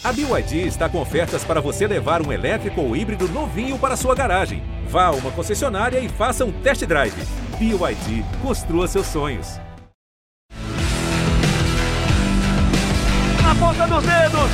A BYD está com ofertas para você levar um elétrico ou híbrido novinho para sua garagem. Vá a uma concessionária e faça um test drive. BYD, construa seus sonhos. Na ponta dos dedos!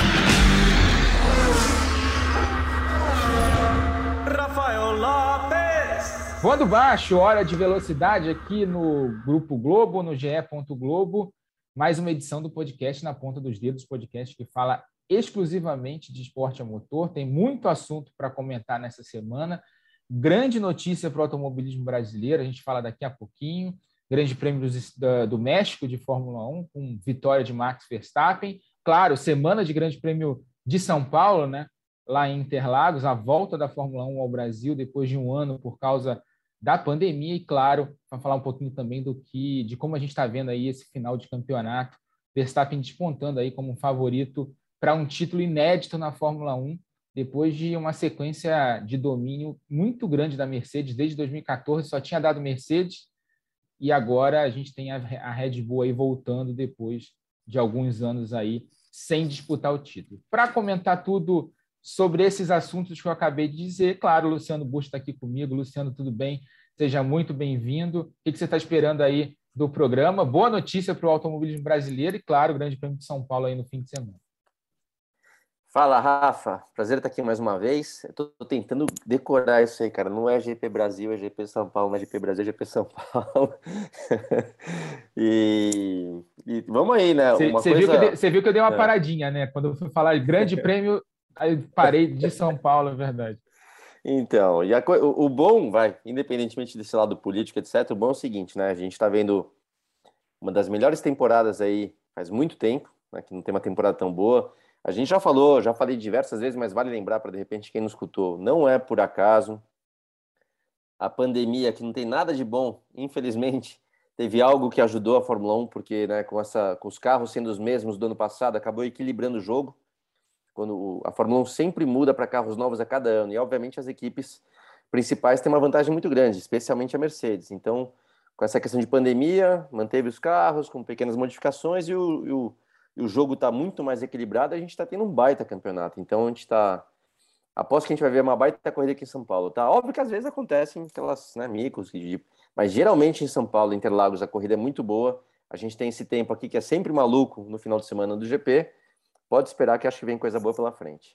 Rafael Lopes! Voando baixo, hora de velocidade aqui no Grupo Globo, no GE. Globo. Mais uma edição do podcast Na Ponta dos Dedos, podcast que fala exclusivamente de esporte a motor. Tem muito assunto para comentar nessa semana. Grande notícia para o automobilismo brasileiro, a gente fala daqui a pouquinho. Grande Prêmio do México de Fórmula 1, com vitória de Max Verstappen. Claro, semana de Grande Prêmio de São Paulo, né? Lá em Interlagos, a volta da Fórmula 1 ao Brasil depois de um ano por causa da pandemia. E, claro, para falar um pouquinho também de como a gente está vendo aí esse final de campeonato. Verstappen despontando aí como um favorito para um título inédito na Fórmula 1, depois de uma sequência de domínio muito grande da Mercedes. Desde 2014 só tinha dado Mercedes, e agora a gente tem a Red Bull aí voltando depois de alguns anos aí sem disputar o título. Para comentar tudo sobre esses assuntos que eu acabei de dizer, claro, o Luciano Busto está aqui comigo. Luciano, tudo bem? Seja muito bem-vindo. O que você está esperando aí do programa? Boa notícia para o automobilismo brasileiro e, claro, o Grande Prêmio de São Paulo aí no fim de semana. Fala, Rafa. Prazer estar aqui mais uma vez. Eu tô tentando decorar isso aí, cara. Não é GP Brasil, é GP São Paulo. Não é GP Brasil, é GP São Paulo. e vamos aí, né? Você viu que eu dei uma paradinha, né? Quando eu fui falar de Grande Prêmio, aí parei de São Paulo, é verdade. Então, o bom, independentemente desse lado político, etc., o bom é o seguinte, né? A gente está vendo uma das melhores temporadas aí faz muito tempo, né? Que não tem uma temporada tão boa. A gente já falei diversas vezes, mas vale lembrar para, de repente, quem não escutou, não é por acaso. A pandemia, que não tem nada de bom, infelizmente, teve algo que ajudou a Fórmula 1, porque, né, com os carros sendo os mesmos do ano passado, acabou equilibrando o jogo. Quando a Fórmula 1 sempre muda para carros novos a cada ano, e obviamente as equipes principais têm uma vantagem muito grande, especialmente a Mercedes. Então, com essa questão de pandemia, manteve os carros com pequenas modificações, e o jogo está muito mais equilibrado. A gente está tendo um baita campeonato. Então, a gente está... Aposto que a gente vai ver uma baita corrida aqui em São Paulo, tá? Óbvio que às vezes acontecem aquelas, né, micos, mas geralmente em São Paulo, Interlagos, a corrida é muito boa. A gente tem esse tempo aqui que é sempre maluco no final de semana do GP. Pode esperar que acho que vem coisa boa pela frente.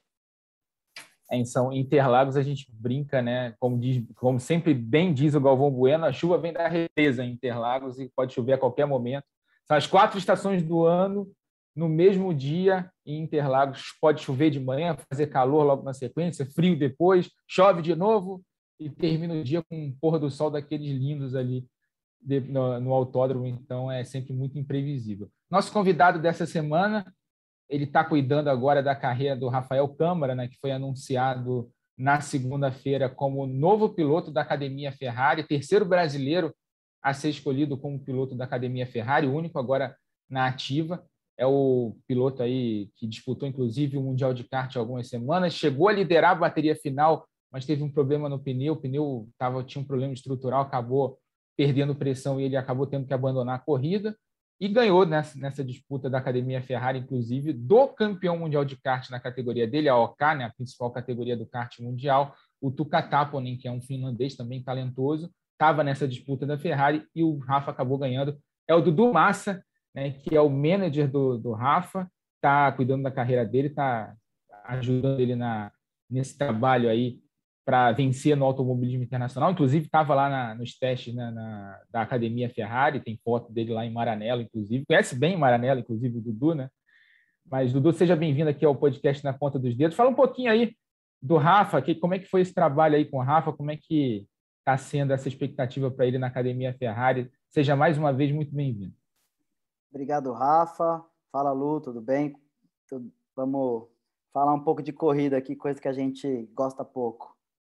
Em Interlagos a gente brinca, né? Como sempre bem diz o Galvão Bueno, a chuva vem da represa em Interlagos e pode chover a qualquer momento. São as 4 estações do ano no mesmo dia em Interlagos. Pode chover de manhã, fazer calor logo na sequência, frio depois, chove de novo e termina o dia com um pôr do sol daqueles lindos ali no autódromo. Então é sempre muito imprevisível. Nosso convidado dessa semana, ele está cuidando agora da carreira do Rafael Câmara, né, que foi anunciado na segunda-feira como novo piloto da Academia Ferrari, terceiro brasileiro a ser escolhido como piloto da Academia Ferrari, o único agora na ativa. É o piloto aí que disputou, inclusive, o Mundial de Kart há algumas semanas, chegou a liderar a bateria final, mas teve um problema no pneu, o pneu tinha um problema estrutural, acabou perdendo pressão e ele acabou tendo que abandonar a corrida. E ganhou nessa disputa da Academia Ferrari, inclusive, do campeão mundial de kart na categoria dele, a OK, né, a principal categoria do kart mundial, o Tuukka Taponen, que é um finlandês também talentoso, estava nessa disputa da Ferrari e o Rafa acabou ganhando. É o Dudu Massa, né, que é o manager do Rafa, está cuidando da carreira dele, está ajudando ele nesse trabalho aí para vencer no automobilismo internacional. Inclusive, estava lá nos testes, né, da Academia Ferrari, tem foto dele lá em Maranello, inclusive. Conhece bem Maranello, inclusive, o Dudu, né? Mas, Dudu, seja bem-vindo aqui ao podcast Na Ponta dos Dedos. Fala um pouquinho aí do Rafa, como é que foi esse trabalho aí com o Rafa, como é que está sendo essa expectativa para ele na Academia Ferrari. Seja mais uma vez muito bem-vindo. Obrigado, Rafa. Fala, Lu, tudo bem? Vamos falar um pouco de corrida aqui, coisa que a gente gosta pouco.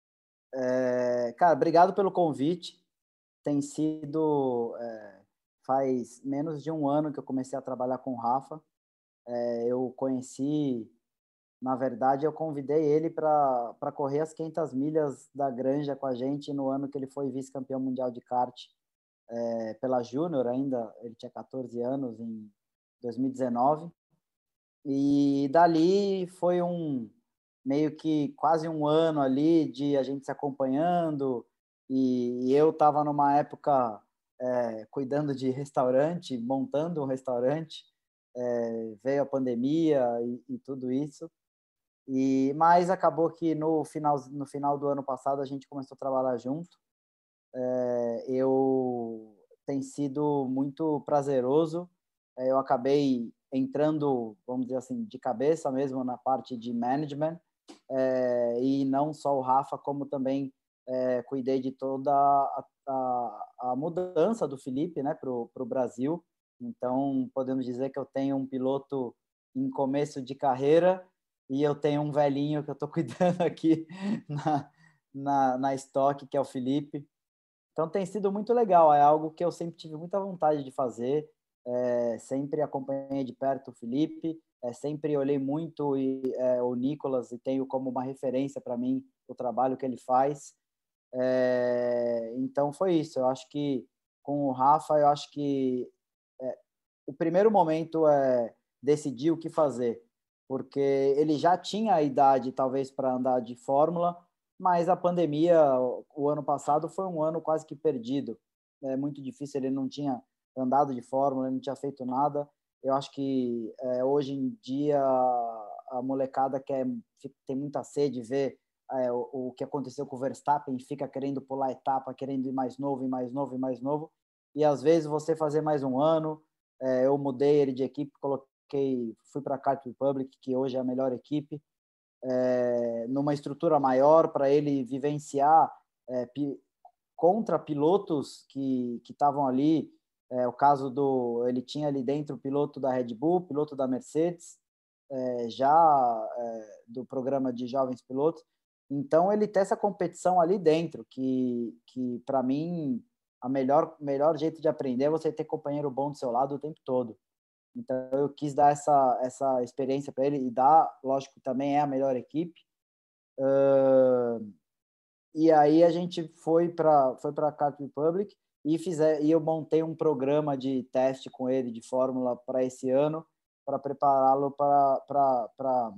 Cara, obrigado pelo convite. Tem sido... faz menos de um ano que eu comecei a trabalhar com o Rafa. Eu conheci... Na verdade, eu convidei ele para correr as 500 milhas da Granja com a gente no ano que ele foi vice-campeão mundial de kart pela Júnior ainda. Ele tinha 14 anos em 2019. E dali foi meio que quase um ano ali de a gente se acompanhando, e eu estava numa época cuidando de restaurante, montando um restaurante, veio a pandemia e tudo isso, mas acabou que no final do ano passado a gente começou a trabalhar junto. Tem sido muito prazeroso. Eu acabei entrando, vamos dizer assim, de cabeça mesmo na parte de management, e não só o Rafa, como também cuidei de toda a mudança do Felipe, né, para o Brasil. Então, podemos dizer que eu tenho um piloto em começo de carreira e eu tenho um velhinho que eu estou cuidando aqui na estoque, que é o Felipe. Então, tem sido muito legal. É algo que eu sempre tive muita vontade de fazer. Sempre acompanhei de perto o Felipe, sempre olhei muito o Nicolas e tenho como uma referência para mim o trabalho que ele faz. Então, foi isso. Eu acho que com o Rafa, eu acho que o primeiro momento é decidir o que fazer, porque ele já tinha a idade, talvez, para andar de Fórmula, mas a pandemia, o ano passado, foi um ano quase que perdido. É muito difícil, ele não tinha andado de Fórmula, ele não tinha feito nada. Eu acho que hoje em dia a molecada tem muita sede de ver o que aconteceu com o Verstappen, fica querendo pular etapa, querendo ir mais novo, e mais novo, e mais novo. E às vezes você fazer mais um ano, eu mudei ele de equipe, fui para a Kart Republic, que hoje é a melhor equipe, numa estrutura maior para ele vivenciar contra pilotos que estavam ali. O caso ele tinha ali dentro o piloto da Red Bull, piloto da Mercedes, do programa de jovens pilotos. Então ele tem essa competição ali dentro, que para mim a melhor jeito de aprender é você ter companheiro bom do seu lado o tempo todo. Então eu quis dar essa experiência para ele, e lógico, também é a melhor equipe. E aí a gente foi para a Kart Republic e eu montei um programa de teste com ele de Fórmula para esse ano, para prepará-lo para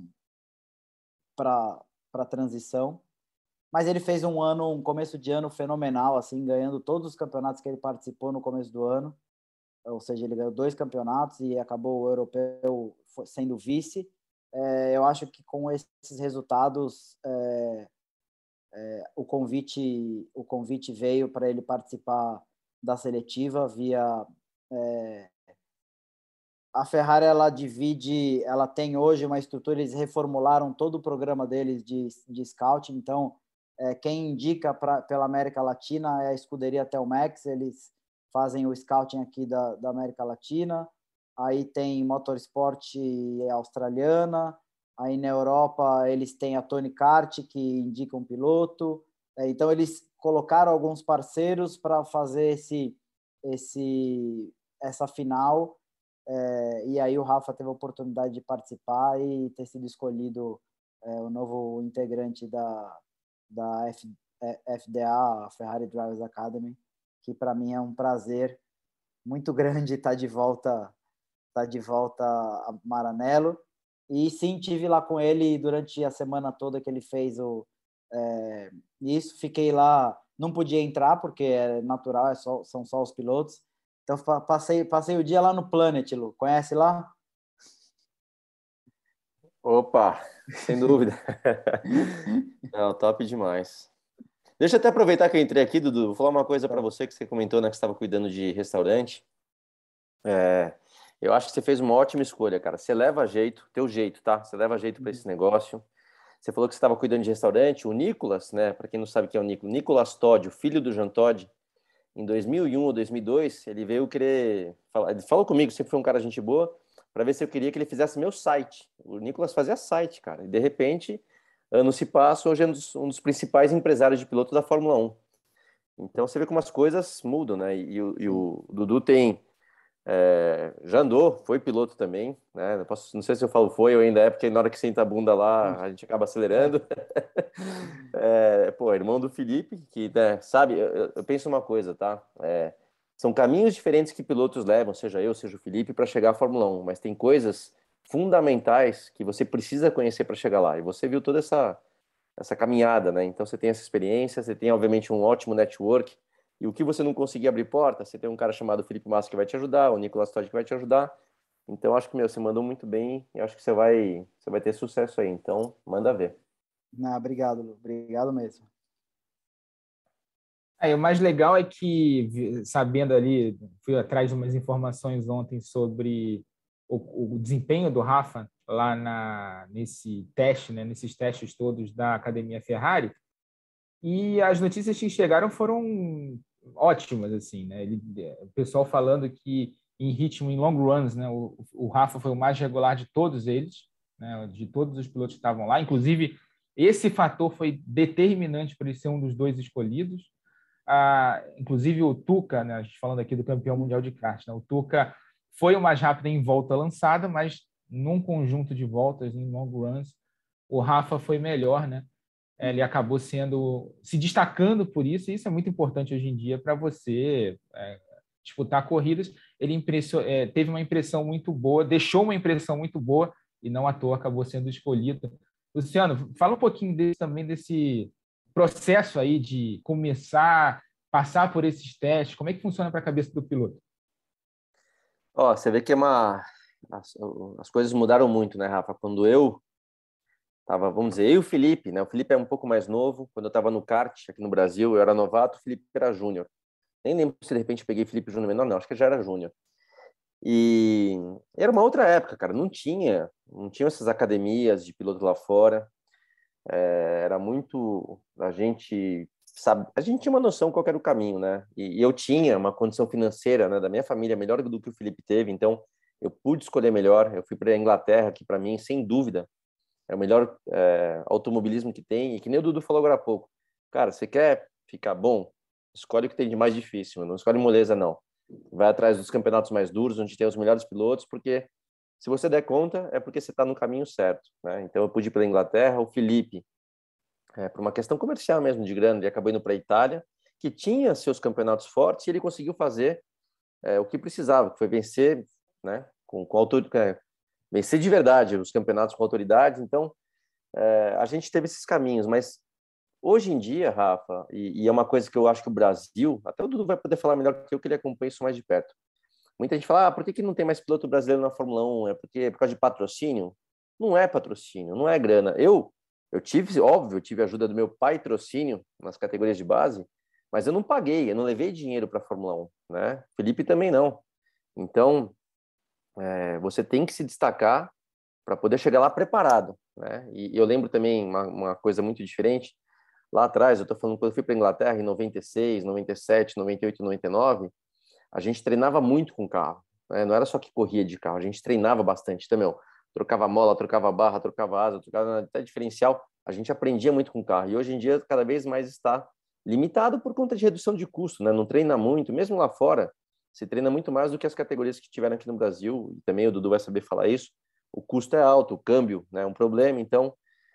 a transição. Mas ele fez um começo de ano fenomenal, assim, ganhando todos os campeonatos que ele participou no começo do ano. Ou seja, ele ganhou 2 campeonatos e acabou o europeu sendo vice. Eu acho que com esses resultados, o convite veio para ele participar da seletiva via... A Ferrari, ela tem hoje uma estrutura, eles reformularam todo o programa deles de scouting, então quem indica pela América Latina é a escuderia Telmex, eles fazem o scouting aqui da América Latina. Aí tem Motorsport australiana, aí na Europa eles têm a Tony Kart, que indica um piloto. Então eles colocaram alguns parceiros para fazer essa final, e aí o Rafa teve a oportunidade de participar e ter sido escolhido o novo integrante da FDA, a Ferrari Drivers Academy, que para mim é um prazer muito grande estar de volta a Maranello. E sim, tive lá com ele durante a semana toda que ele fez isso. Fiquei lá, não podia entrar porque é natural, são só os pilotos. Então passei o dia lá no Planet, Lu. Conhece lá? Opa, sem dúvida. Não, top demais. Deixa eu até aproveitar que eu entrei aqui, Dudu. Vou falar uma coisa para você que você comentou, né, que você estava cuidando de restaurante. Eu acho que você fez uma ótima escolha, cara. Você leva jeito, teu jeito, tá? Você leva jeito para esse negócio. Você falou que você estava cuidando de restaurante. O Nicolas, né? Para quem não sabe quem é o Nicolas Todd, o filho do Jean Todt, em 2001 ou 2002, ele veio querer... Ele falou comigo, sempre foi um cara gente boa, para ver se eu queria que ele fizesse meu site. O Nicolas fazia site, cara. E, de repente, anos se passam, hoje é um dos principais empresários de piloto da Fórmula 1. Então, você vê como as coisas mudam, né? E o Dudu já andou, foi piloto também, né? Não sei se eu falo foi ou ainda é, porque na hora que senta a bunda lá, a gente acaba acelerando. Irmão do Felipe, que, né, sabe, eu penso uma coisa, tá? São caminhos diferentes que pilotos levam, seja eu, seja o Felipe, para chegar à Fórmula 1, mas tem coisas fundamentais que você precisa conhecer para chegar lá. E você viu toda essa caminhada, né? Então você tem essa experiência, você tem obviamente um ótimo network, e o que você não conseguir abrir porta, você tem um cara chamado Felipe Massa que vai te ajudar, o Nicolas Todd que vai te ajudar. Então acho que, você mandou muito bem e acho que você vai ter sucesso aí. Então, manda ver. Não, obrigado, Lu. Obrigado mesmo. O mais legal é que, sabendo ali, fui atrás de umas informações ontem sobre o desempenho do Rafa lá nesse teste, né, nesses testes todos da Academia Ferrari, e as notícias que chegaram foram ótimas, assim, né? O pessoal falando que em ritmo, em long runs, né, o Rafa foi o mais regular de todos eles, né, de todos os pilotos que estavam lá. Inclusive, esse fator foi determinante para ele ser um dos 2 escolhidos. Inclusive o Tuca, né, a gente falando aqui do campeão mundial de kart, né, o Tuca foi o mais rápido em volta lançada, mas num conjunto de voltas, em long runs, o Rafa foi melhor, né? Ele acabou se destacando por isso, e isso é muito importante hoje em dia para você disputar corridas. Ele teve uma impressão muito boa, deixou uma impressão muito boa, e não à toa acabou sendo escolhido. Luciano, fala um pouquinho também desse processo aí de começar, passar por esses testes. Como é que funciona para a cabeça do piloto? Você vê que as coisas mudaram muito, né, Rafa? Quando eu tava, vamos dizer, eu e o Felipe, né? O Felipe é um pouco mais novo. Quando eu estava no kart aqui no Brasil, eu era novato, o Felipe era júnior. Nem lembro se de repente eu peguei Felipe Júnior menor, não, acho que já era júnior. E era uma outra época, cara, não tinha essas academias de piloto lá fora. Era muito, a gente tinha uma noção qual era o caminho, né? E eu tinha uma condição financeira, né, da minha família melhor do que o Felipe teve, então eu pude escolher melhor. Eu fui para a Inglaterra, que para mim, sem dúvida, é o melhor automobilismo que tem, e que nem o Dudu falou agora há pouco. Cara, você quer ficar bom? Escolhe o que tem de mais difícil, não escolhe moleza, não. Vai atrás dos campeonatos mais duros, onde tem os melhores pilotos, porque se você der conta, é porque você está no caminho certo, né? Então eu pude ir pela Inglaterra. O Felipe, por uma questão comercial mesmo, de grana, ele acabou indo para a Itália, que tinha seus campeonatos fortes, e ele conseguiu fazer o que precisava, que foi vencer, né, vencer de verdade os campeonatos com autoridade. Então, a gente teve esses caminhos, mas hoje em dia, Rafa, e é uma coisa que eu acho que o Brasil, até o Dudu vai poder falar melhor que eu, que ele acompanha isso mais de perto. Muita gente fala, por que não tem mais piloto brasileiro na Fórmula 1? É por causa de patrocínio? Não é patrocínio, não é grana. Eu tive a ajuda do meu pai, patrocínio nas categorias de base, mas eu não paguei, eu não levei dinheiro para a Fórmula 1, né? Felipe também não. Então, você tem que se destacar para poder chegar lá preparado, né? E eu lembro também uma coisa muito diferente. Lá atrás, eu estou falando, quando eu fui para a Inglaterra, em 96, 97, 98, 99, a gente treinava muito com o carro, né? Não era só que corria de carro, a gente treinava bastante também. Trocava mola, trocava barra, trocava asa, trocava até diferencial. A gente aprendia muito com o carro. E hoje em dia, cada vez mais está limitado por conta de redução de custo, né? Não treina muito. Mesmo lá fora, se treina muito mais do que as categorias que tiveram aqui no Brasil. E também o Dudu vai saber falar isso. O custo é alto, o câmbio, né, é um problema. Então,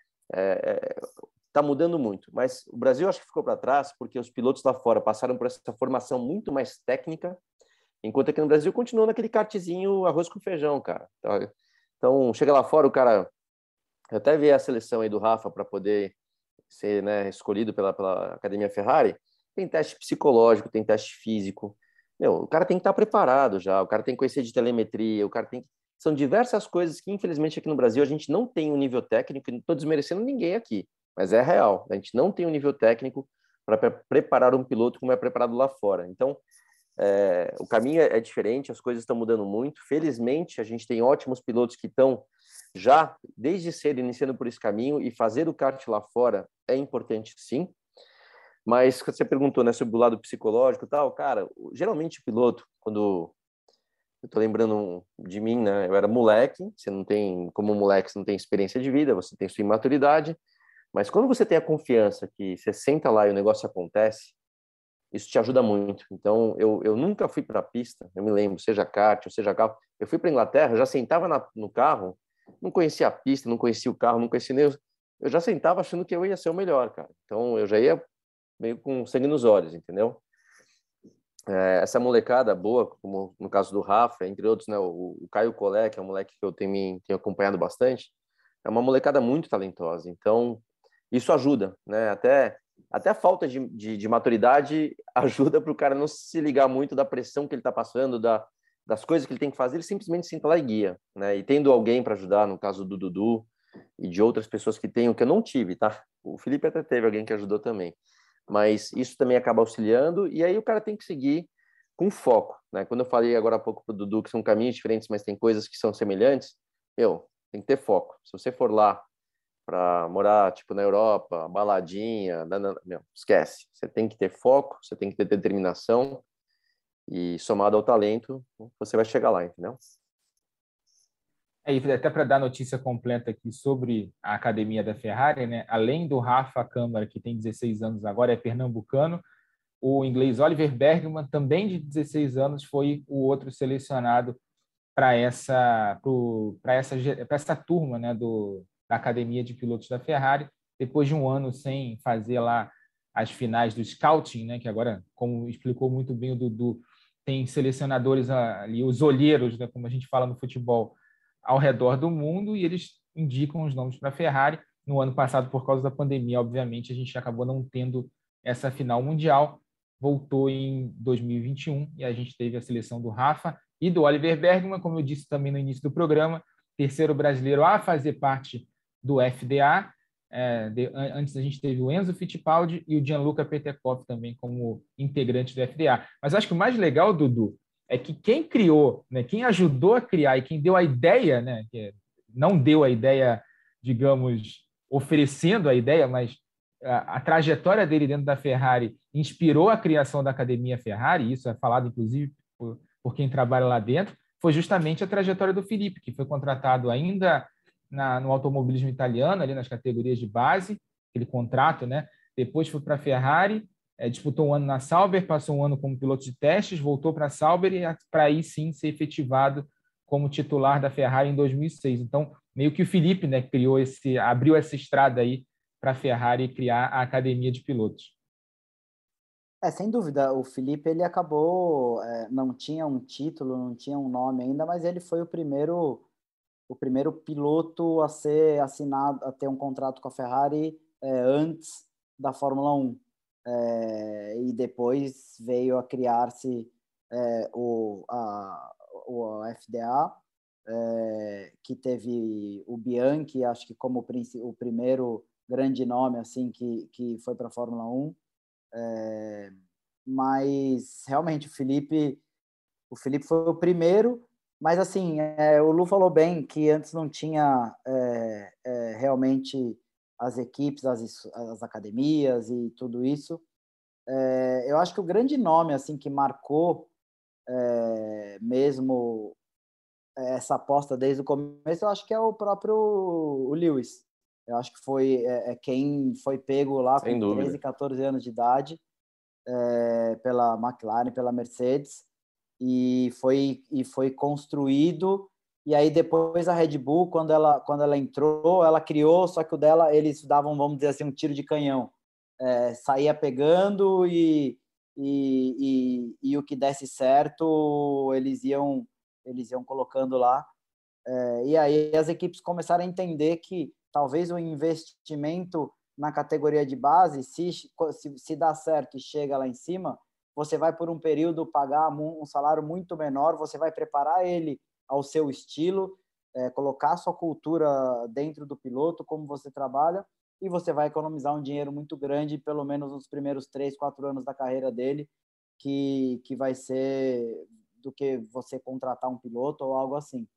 está mudando muito. Mas o Brasil acho que ficou para trás porque os pilotos lá fora passaram por essa formação muito mais técnica, enquanto aqui no Brasil continuou naquele kartzinho arroz com feijão, cara. Então, chega lá fora, o cara... Eu até vi a seleção aí do Rafa para poder ser, né, escolhido pela Academia Ferrari. Tem teste psicológico, tem teste físico. O cara tem que estar preparado já, o cara tem que conhecer de telemetria, o cara tem que... São diversas coisas que, infelizmente, aqui no Brasil a gente não tem um nível técnico, e não estou desmerecendo ninguém aqui, mas é real. A gente não tem um nível técnico para preparar um piloto como é preparado lá fora. Então, o caminho é diferente, as coisas estão mudando muito. Felizmente, a gente tem ótimos pilotos que estão já, desde cedo, iniciando por esse caminho, e fazer o kart lá fora é importante, sim. Mas, quando você perguntou, né, sobre o lado psicológico e tal, cara, geralmente o piloto, quando... Eu tô lembrando de mim, né? Eu era moleque, como moleque, você não tem experiência de vida, você tem sua imaturidade, mas quando você tem a confiança que você senta lá e o negócio acontece, isso te ajuda muito. Então, eu nunca fui para a pista, eu me lembro, seja kart ou seja carro, eu fui para Inglaterra, já sentava no carro, não conhecia a pista, não conhecia o carro, não conhecia nem... Eu já sentava achando que eu ia ser o melhor, cara. Então, eu já ia meio com sangue nos olhos, entendeu? essa molecada boa, como no caso do Rafa, entre outros, né, o Caio Collet, que é um moleque que eu tenho acompanhado bastante, é uma molecada muito talentosa. Então, isso ajuda, né? Até a falta de maturidade ajuda para o cara não se ligar muito da pressão que ele está passando, das coisas que ele tem que fazer, ele simplesmente senta lá e guia, né? E tendo alguém para ajudar, no caso do Dudu e de outras pessoas que eu não tive, tá? O Felipe até teve alguém que ajudou também. Mas isso também acaba auxiliando, e aí o cara tem que seguir com foco, né? Quando eu falei agora há pouco para o Dudu que são caminhos diferentes, mas tem coisas que são semelhantes, tem que ter foco. Se você for lá para morar, tipo, na Europa, baladinha, esquece. Você tem que ter foco, você tem que ter determinação, e somado ao talento, você vai chegar lá, entendeu? E até para dar notícia completa aqui sobre a academia da Ferrari, né? Além do Rafa Câmara, que tem 16 anos agora, é pernambucano, o inglês Oliver Bergman, também de 16 anos, foi o outro selecionado para essa turma, né, da academia de pilotos da Ferrari, depois de um ano sem fazer lá as finais do scouting, né, que agora, como explicou muito bem o Dudu, tem selecionadores ali, os olheiros, né, como a gente fala no futebol, ao redor do mundo, e eles indicam os nomes para a Ferrari. No ano passado, por causa da pandemia, obviamente, a gente acabou não tendo essa final mundial, voltou em 2021, e a gente teve a seleção do Rafa e do Oliver Bergman, como eu disse também no início do programa, terceiro brasileiro a fazer parte do FDA. Antes a gente teve o Enzo Fittipaldi e o Gianluca Petekoff também como integrantes do FDA. Mas acho que o mais legal, Dudu, é que quem criou, né, quem ajudou a criar e quem deu a ideia, né, que não deu a ideia, digamos, oferecendo a ideia, mas a trajetória dele dentro da Ferrari inspirou a criação da Academia Ferrari, isso é falado, inclusive, por quem trabalha lá dentro, foi justamente a trajetória do Felipe, que foi contratado ainda no automobilismo italiano, ali nas categorias de base, aquele contrato, né? Depois foi para a Ferrari, disputou um ano na Sauber, passou um ano como piloto de testes, voltou para a Sauber e para aí sim ser efetivado como titular da Ferrari em 2006. Então, meio que o Felipe, né, abriu essa estrada aí para a Ferrari criar a academia de pilotos. Sem dúvida, o Felipe ele acabou, não tinha um título, não tinha um nome ainda, mas ele foi o primeiro piloto a ser assinado, a ter um contrato com a Ferrari antes da Fórmula 1. E depois veio a criar-se a FDA, que teve o Bianchi, acho que como o primeiro grande nome assim que foi para a Fórmula 1. Mas realmente o Felipe foi o primeiro, mas assim, o Lu falou bem que antes não tinha realmente as equipes, as academias e tudo isso. Eu acho que o grande nome assim que marcou mesmo essa aposta desde o começo, eu acho que é o próprio Lewis. Eu acho que foi quem foi pego lá sem com dúvida. 13, 14 anos de idade pela McLaren, pela Mercedes, e foi construído. E aí depois a Red Bull, quando ela entrou, ela criou, só que o dela eles davam, vamos dizer assim, um tiro de canhão, saía pegando e o que desse certo eles iam colocando lá. E aí as equipes começaram a entender que talvez o investimento na categoria de base, se dá certo e chega lá em cima, você vai por um período pagar um salário muito menor, você vai preparar ele ao seu estilo, colocar a sua cultura dentro do piloto, como você trabalha, e você vai economizar um dinheiro muito grande, pelo menos nos primeiros 3, 4 anos da carreira dele, que vai ser do que você contratar um piloto ou algo assim.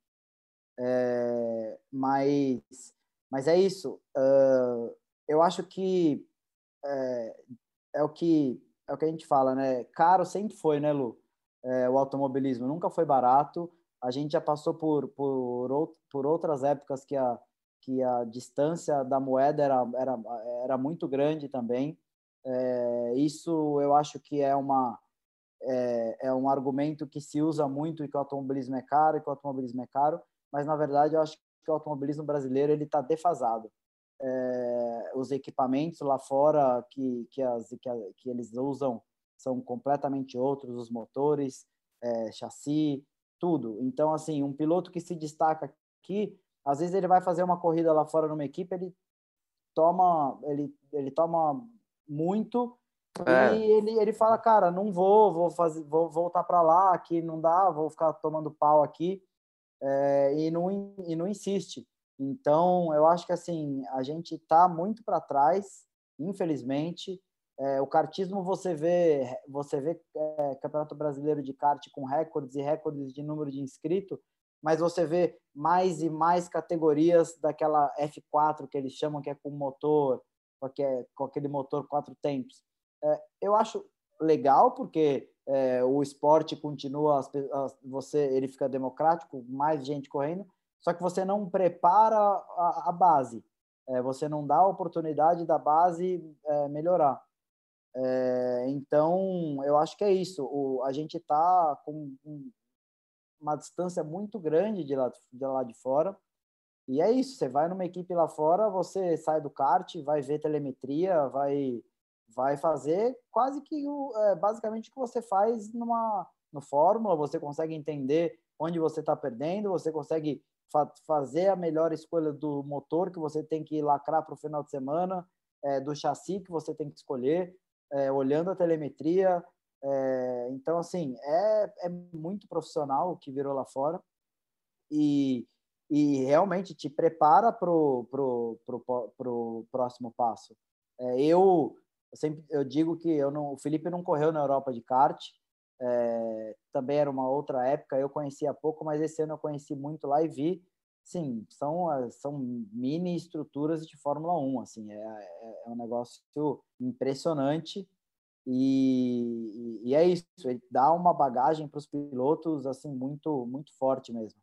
Mas é isso. Eu acho que é o que a gente fala, né? Caro sempre foi, né, Lu? O automobilismo nunca foi barato. A gente já passou por outras épocas que a distância da moeda era muito grande também. Isso eu acho que é um argumento que se usa muito, e que o automobilismo é caro, mas na verdade eu acho que o automobilismo brasileiro ele está defasado. Os equipamentos lá fora que eles usam são completamente outros, os motores, chassi, tudo. Então, assim, um piloto que se destaca aqui, às vezes ele vai fazer uma corrida lá fora numa equipe, ele toma muito e ele fala, cara, não vou voltar para lá, aqui não dá, vou ficar tomando pau aqui, e não insiste. Então, eu acho que assim, a gente está muito para trás, infelizmente. O kartismo, você vê Campeonato Brasileiro de kart com recordes e recordes de número de inscritos, mas você vê mais e mais categorias daquela F4 que eles chamam, que é com motor, com aquele motor 4 tempos. Eu acho legal, porque o esporte continua, ele fica democrático, mais gente correndo, só que você não prepara a base, você não dá a oportunidade da base melhorar. Então, eu acho que é isso. A gente está com uma distância muito grande de lá de fora, e é isso. Você vai numa equipe lá fora, você sai do kart, vai ver telemetria, vai fazer quase que basicamente o que você faz no Fórmula. Você consegue entender onde você está perdendo, você consegue fazer a melhor escolha do motor que você tem que lacrar para o final de semana, do chassi que você tem que escolher, olhando a telemetria. Então, assim, é muito profissional o que virou lá fora e realmente te prepara pro próximo passo. Eu digo que o Felipe não correu na Europa de kart, também era uma outra época, eu conhecia pouco, mas esse ano eu conheci muito lá e vi, sim, são mini estruturas de Fórmula 1, assim, é um negócio impressionante. E é isso, ele dá uma bagagem para os pilotos assim muito, muito forte mesmo.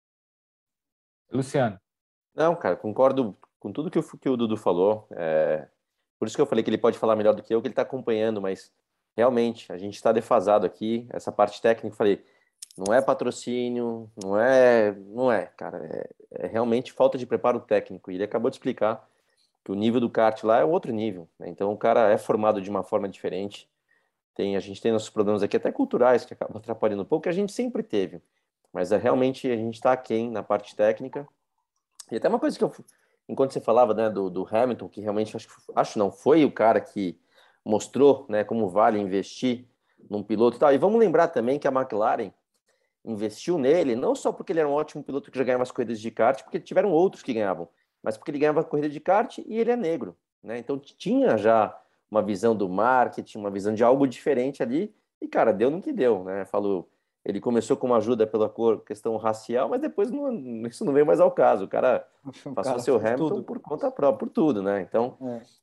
Luciano. Não, cara, concordo com tudo que o Dudu falou. Por isso que eu falei que ele pode falar melhor do que eu, que ele está acompanhando, mas realmente a gente está defasado aqui. Essa parte técnica, eu falei, não é patrocínio, não é, cara, é realmente falta de preparo técnico. E ele acabou de explicar que o nível do kart lá é outro nível, né? Então o cara é formado de uma forma diferente. A gente tem nossos problemas aqui, até culturais, que acabam atrapalhando um pouco, que a gente sempre teve. Mas realmente a gente está aquém na parte técnica. E até uma coisa que enquanto você falava, né, do Hamilton, que realmente acho não, foi o cara que mostrou, né, como vale investir num piloto e tal. E vamos lembrar também que a McLaren investiu nele, não só porque ele era um ótimo piloto que já ganhava as corridas de kart, porque tiveram outros que ganhavam, mas porque ele ganhava corrida de kart e ele é negro, né? Então tinha já uma visão do marketing, uma visão de algo diferente ali, e cara, deu no que deu, né? Ele começou com uma ajuda pela questão racial, mas depois isso não veio mais ao caso. O cara passou a ser o Hamilton tudo. Por conta própria, por tudo, né? Então,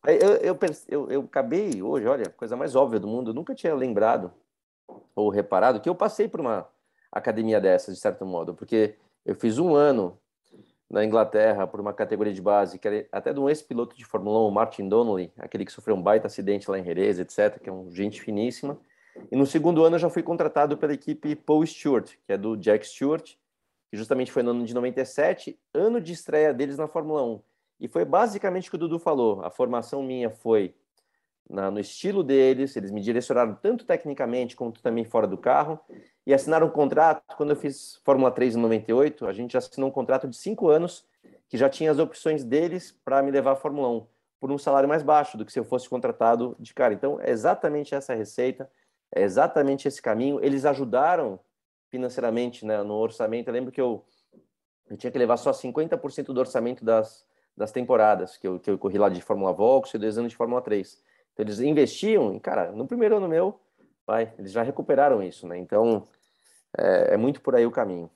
eu acabei hoje, olha, coisa mais óbvia do mundo, eu nunca tinha lembrado ou reparado que eu passei por uma academia dessas, de certo modo, porque eu fiz um ano na Inglaterra por uma categoria de base, que era até de um ex-piloto de Fórmula 1, o Martin Donnelly, aquele que sofreu um baita acidente lá em Jerez, etc., que é um gente finíssima. E no segundo ano eu já fui contratado pela equipe Paul Stewart, que é do Jack Stewart, que justamente foi no ano de 97, ano de estreia deles na Fórmula 1. E foi basicamente o que o Dudu falou. A formação minha foi no estilo deles, eles me direcionaram tanto tecnicamente quanto também fora do carro, e assinaram um contrato. Quando eu fiz Fórmula 3 em 98, a gente assinou um contrato de 5 anos, que já tinha as opções deles para me levar à Fórmula 1, por um salário mais baixo do que se eu fosse contratado de cara. Então, é exatamente essa receita, é exatamente esse caminho. Eles ajudaram financeiramente, né, no orçamento. Eu lembro que eu tinha que levar só 50% do orçamento das temporadas, que eu corri lá de Fórmula Volks e 2 anos de Fórmula 3. Então, eles investiam, e, cara, no primeiro ano meu, eles já recuperaram isso, né? Então, é muito por aí o caminho.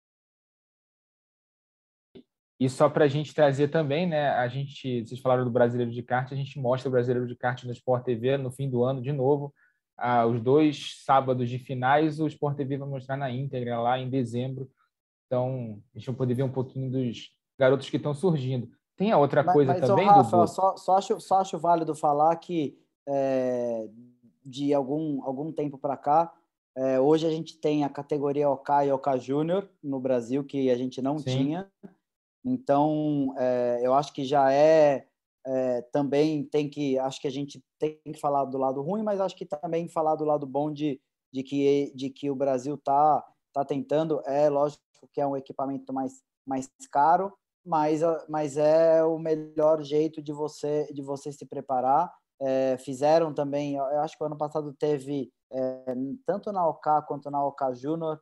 E só para a gente trazer também, né? Vocês falaram do Brasileiro de Kart, a gente mostra o Brasileiro de Kart no Sport TV no fim do ano de novo. Os 2 sábados de finais, o Sport TV vai mostrar na íntegra lá em dezembro. Então, a gente vai poder ver um pouquinho dos garotos que estão surgindo. Tem a outra coisa também, Rafa, Dudu? Só acho válido falar que de algum tempo para cá, hoje a gente tem a categoria OK e OK Júnior no Brasil, que a gente não tinha. Então, eu acho que já é também acho que a gente tem que falar do lado ruim, mas acho que também falar do lado bom de que o Brasil tá tentando. É lógico que é um equipamento mais caro, mas é o melhor jeito de você se preparar. Fizeram também, eu acho que o ano passado teve, tanto na OK quanto na OK Júnior,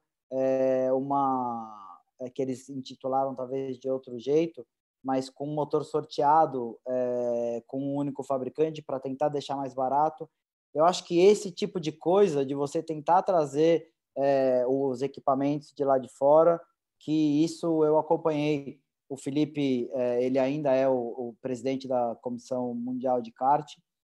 que eles intitularam talvez de outro jeito, mas com um motor sorteado, com um único fabricante, para tentar deixar mais barato. Eu acho que esse tipo de coisa, de você tentar trazer os equipamentos de lá de fora, que isso eu acompanhei. O Felipe, ele ainda é o presidente da Comissão Mundial de Kart,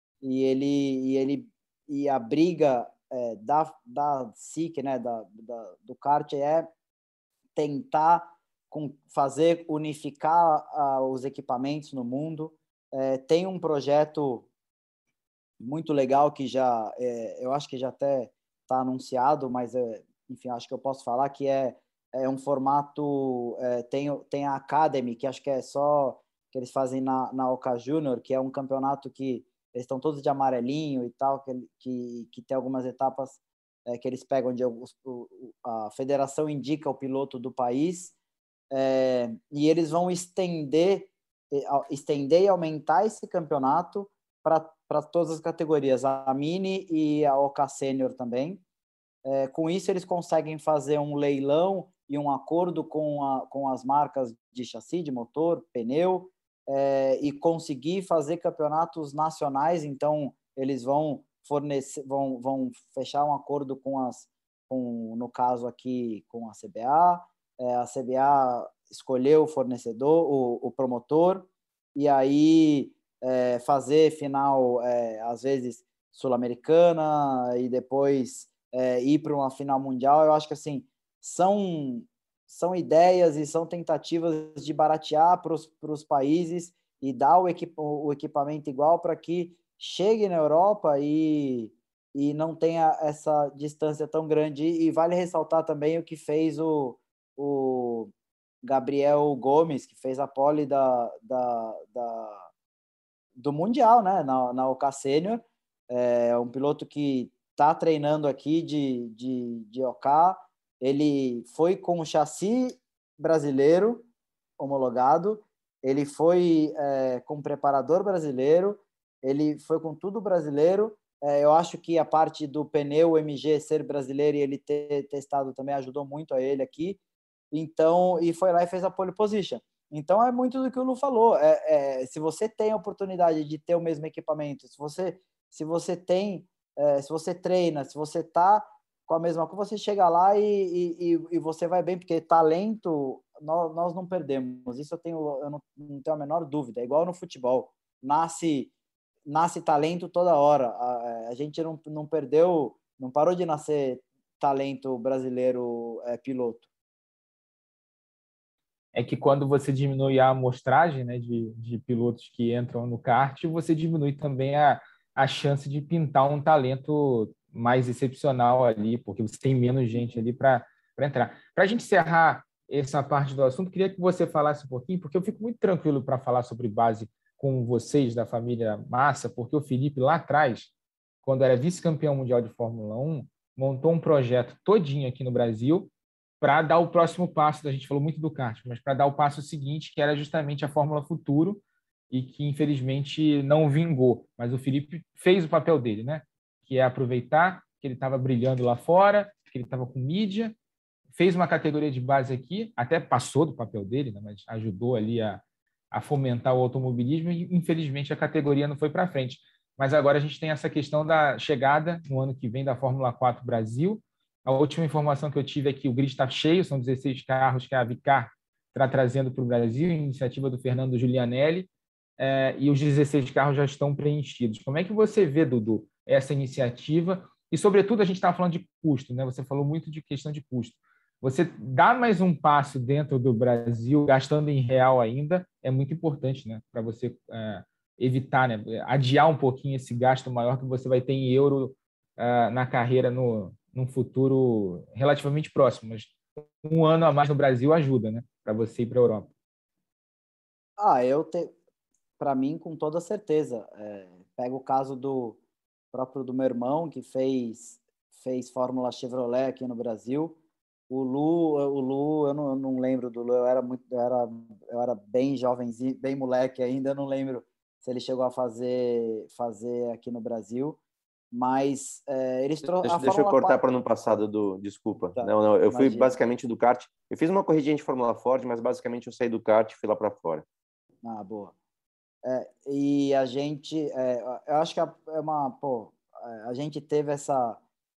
e a briga da SIC, né, do kart, é tentar unificar os equipamentos no mundo. Tem um projeto muito legal que eu acho que já até está anunciado, mas enfim, acho que eu posso falar que é um formato, tem a Academy, que acho que é só que eles fazem na OK Júnior, que é um campeonato que eles estão todos de amarelinho e tal, que tem algumas etapas que eles pegam a federação indica o piloto do país, e eles vão estender e aumentar esse campeonato para todas as categorias, a Mini e a OK Sênior também. Com isso, eles conseguem fazer um leilão e um acordo com as marcas de chassi, de motor, pneu, e conseguir fazer campeonatos nacionais. Então, eles vão fechar um acordo no caso aqui, com a CBA. A CBA escolheu o fornecedor, o promotor, e aí fazer final, às vezes, sul-americana, e depois ir para uma final mundial. Eu acho que assim, são ideias e são tentativas de baratear para os países e dar o equipamento igual para que chegue na Europa e não tenha essa distância tão grande. E vale ressaltar também o que fez o Gabriel Gomes, que fez a pole do Mundial, né, na OK Sênior. É um piloto que está treinando aqui de OK. Ele foi com o chassi brasileiro homologado, ele foi com o preparador brasileiro, ele foi com tudo brasileiro. Eu acho que a parte do pneu MG ser brasileiro e ele ter testado também ajudou muito a ele aqui. Então, e foi lá e fez a pole position. Então, é muito do que o Lu falou. Se você tem a oportunidade de ter o mesmo equipamento, se você treina, se você está com a mesma coisa, você chega lá e você vai bem, porque talento nós não perdemos. Isso eu não tenho a menor dúvida. É igual no futebol. Nasce talento toda hora. A gente não perdeu, não parou de nascer talento brasileiro piloto. É que quando você diminui a amostragem, né, de pilotos que entram no kart, você diminui também a chance de pintar um talento mais excepcional ali, porque você tem menos gente ali para entrar. Para a gente encerrar essa parte do assunto, queria que você falasse um pouquinho, porque eu fico muito tranquilo para falar sobre base com vocês da família Massa, porque o Felipe, lá atrás, quando era vice-campeão mundial de Fórmula 1, montou um projeto todinho aqui no Brasil para dar o próximo passo. A gente falou muito do kart, mas para dar o passo seguinte, que era justamente a Fórmula Futuro, e que, infelizmente, não vingou. Mas o Felipe fez o papel dele, né? Que é aproveitar que ele estava brilhando lá fora, que ele estava com mídia, fez uma categoria de base aqui, até passou do papel dele, né? Mas ajudou ali a fomentar o automobilismo e, infelizmente, a categoria não foi para frente. Mas agora a gente tem essa questão da chegada, no ano que vem, da Fórmula 4 Brasil. A última informação que eu tive é que o grid está cheio, são 16 carros que a Vicar está trazendo para o Brasil, iniciativa do Fernando Giulianelli, e os 16 carros já estão preenchidos. Como é que você vê, Dudu, essa iniciativa? E, sobretudo, a gente estava falando de custo, né? Você falou muito de questão de custo. Você dá mais um passo dentro do Brasil, gastando em real ainda, é muito importante, né? Para você evitar, né? Adiar um pouquinho esse gasto maior que você vai ter em euro na carreira num futuro relativamente próximo. Mas um ano a mais no Brasil ajuda, né? Para você ir para a Europa. para mim, com toda certeza. Pega o caso do meu irmão, que fez Fórmula Chevrolet aqui no Brasil. O Lu, eu não lembro do Lu, eu era bem jovenzinho, bem moleque ainda, eu não lembro se ele chegou a fazer aqui no Brasil, mas eles trouxeram. Deixa eu cortar para no passado desculpa. Tá, não, eu fui imagina. basicamente do kart. Eu fiz uma corridinha de Fórmula Ford, mas basicamente eu saí do kart e fui lá para fora. Ah, boa. E a gente, eu acho que a gente teve essa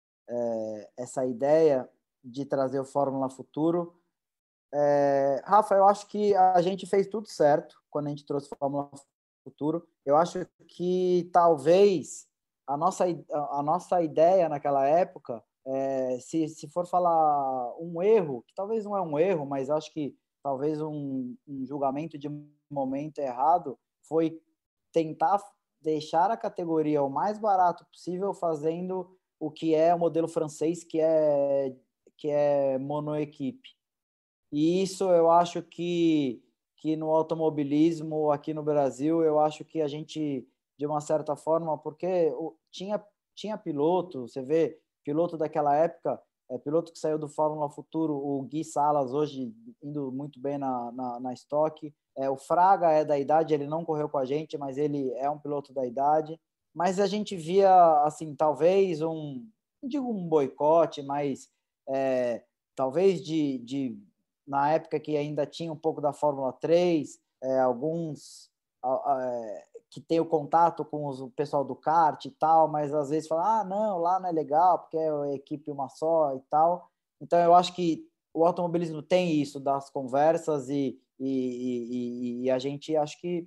ideia de trazer o Fórmula Futuro. Rafa, eu acho que a gente fez tudo certo quando a gente trouxe o Fórmula Futuro. Eu acho que talvez a nossa ideia naquela época, se for falar um erro, que talvez não é um erro, mas acho que talvez um julgamento de momento errado, foi tentar deixar a categoria o mais barato possível, fazendo o que é o modelo francês, que é monoequipe. E isso eu acho que no automobilismo aqui no Brasil, eu acho que a gente, de uma certa forma, porque tinha piloto, você vê, piloto daquela época, piloto que saiu do Fórmula Futuro, o Gui Salas, hoje indo muito bem na Stock. O Fraga é da idade, ele não correu com a gente, mas ele é um piloto da idade. Mas a gente via, assim, talvez não digo um boicote, mas talvez na época que ainda tinha um pouco da Fórmula 3, alguns que tem o contato com o pessoal do kart e tal, mas às vezes falam, não, lá não é legal, porque é a equipe uma só e tal. Então, eu acho que o automobilismo tem isso, das conversas, e a gente, acho que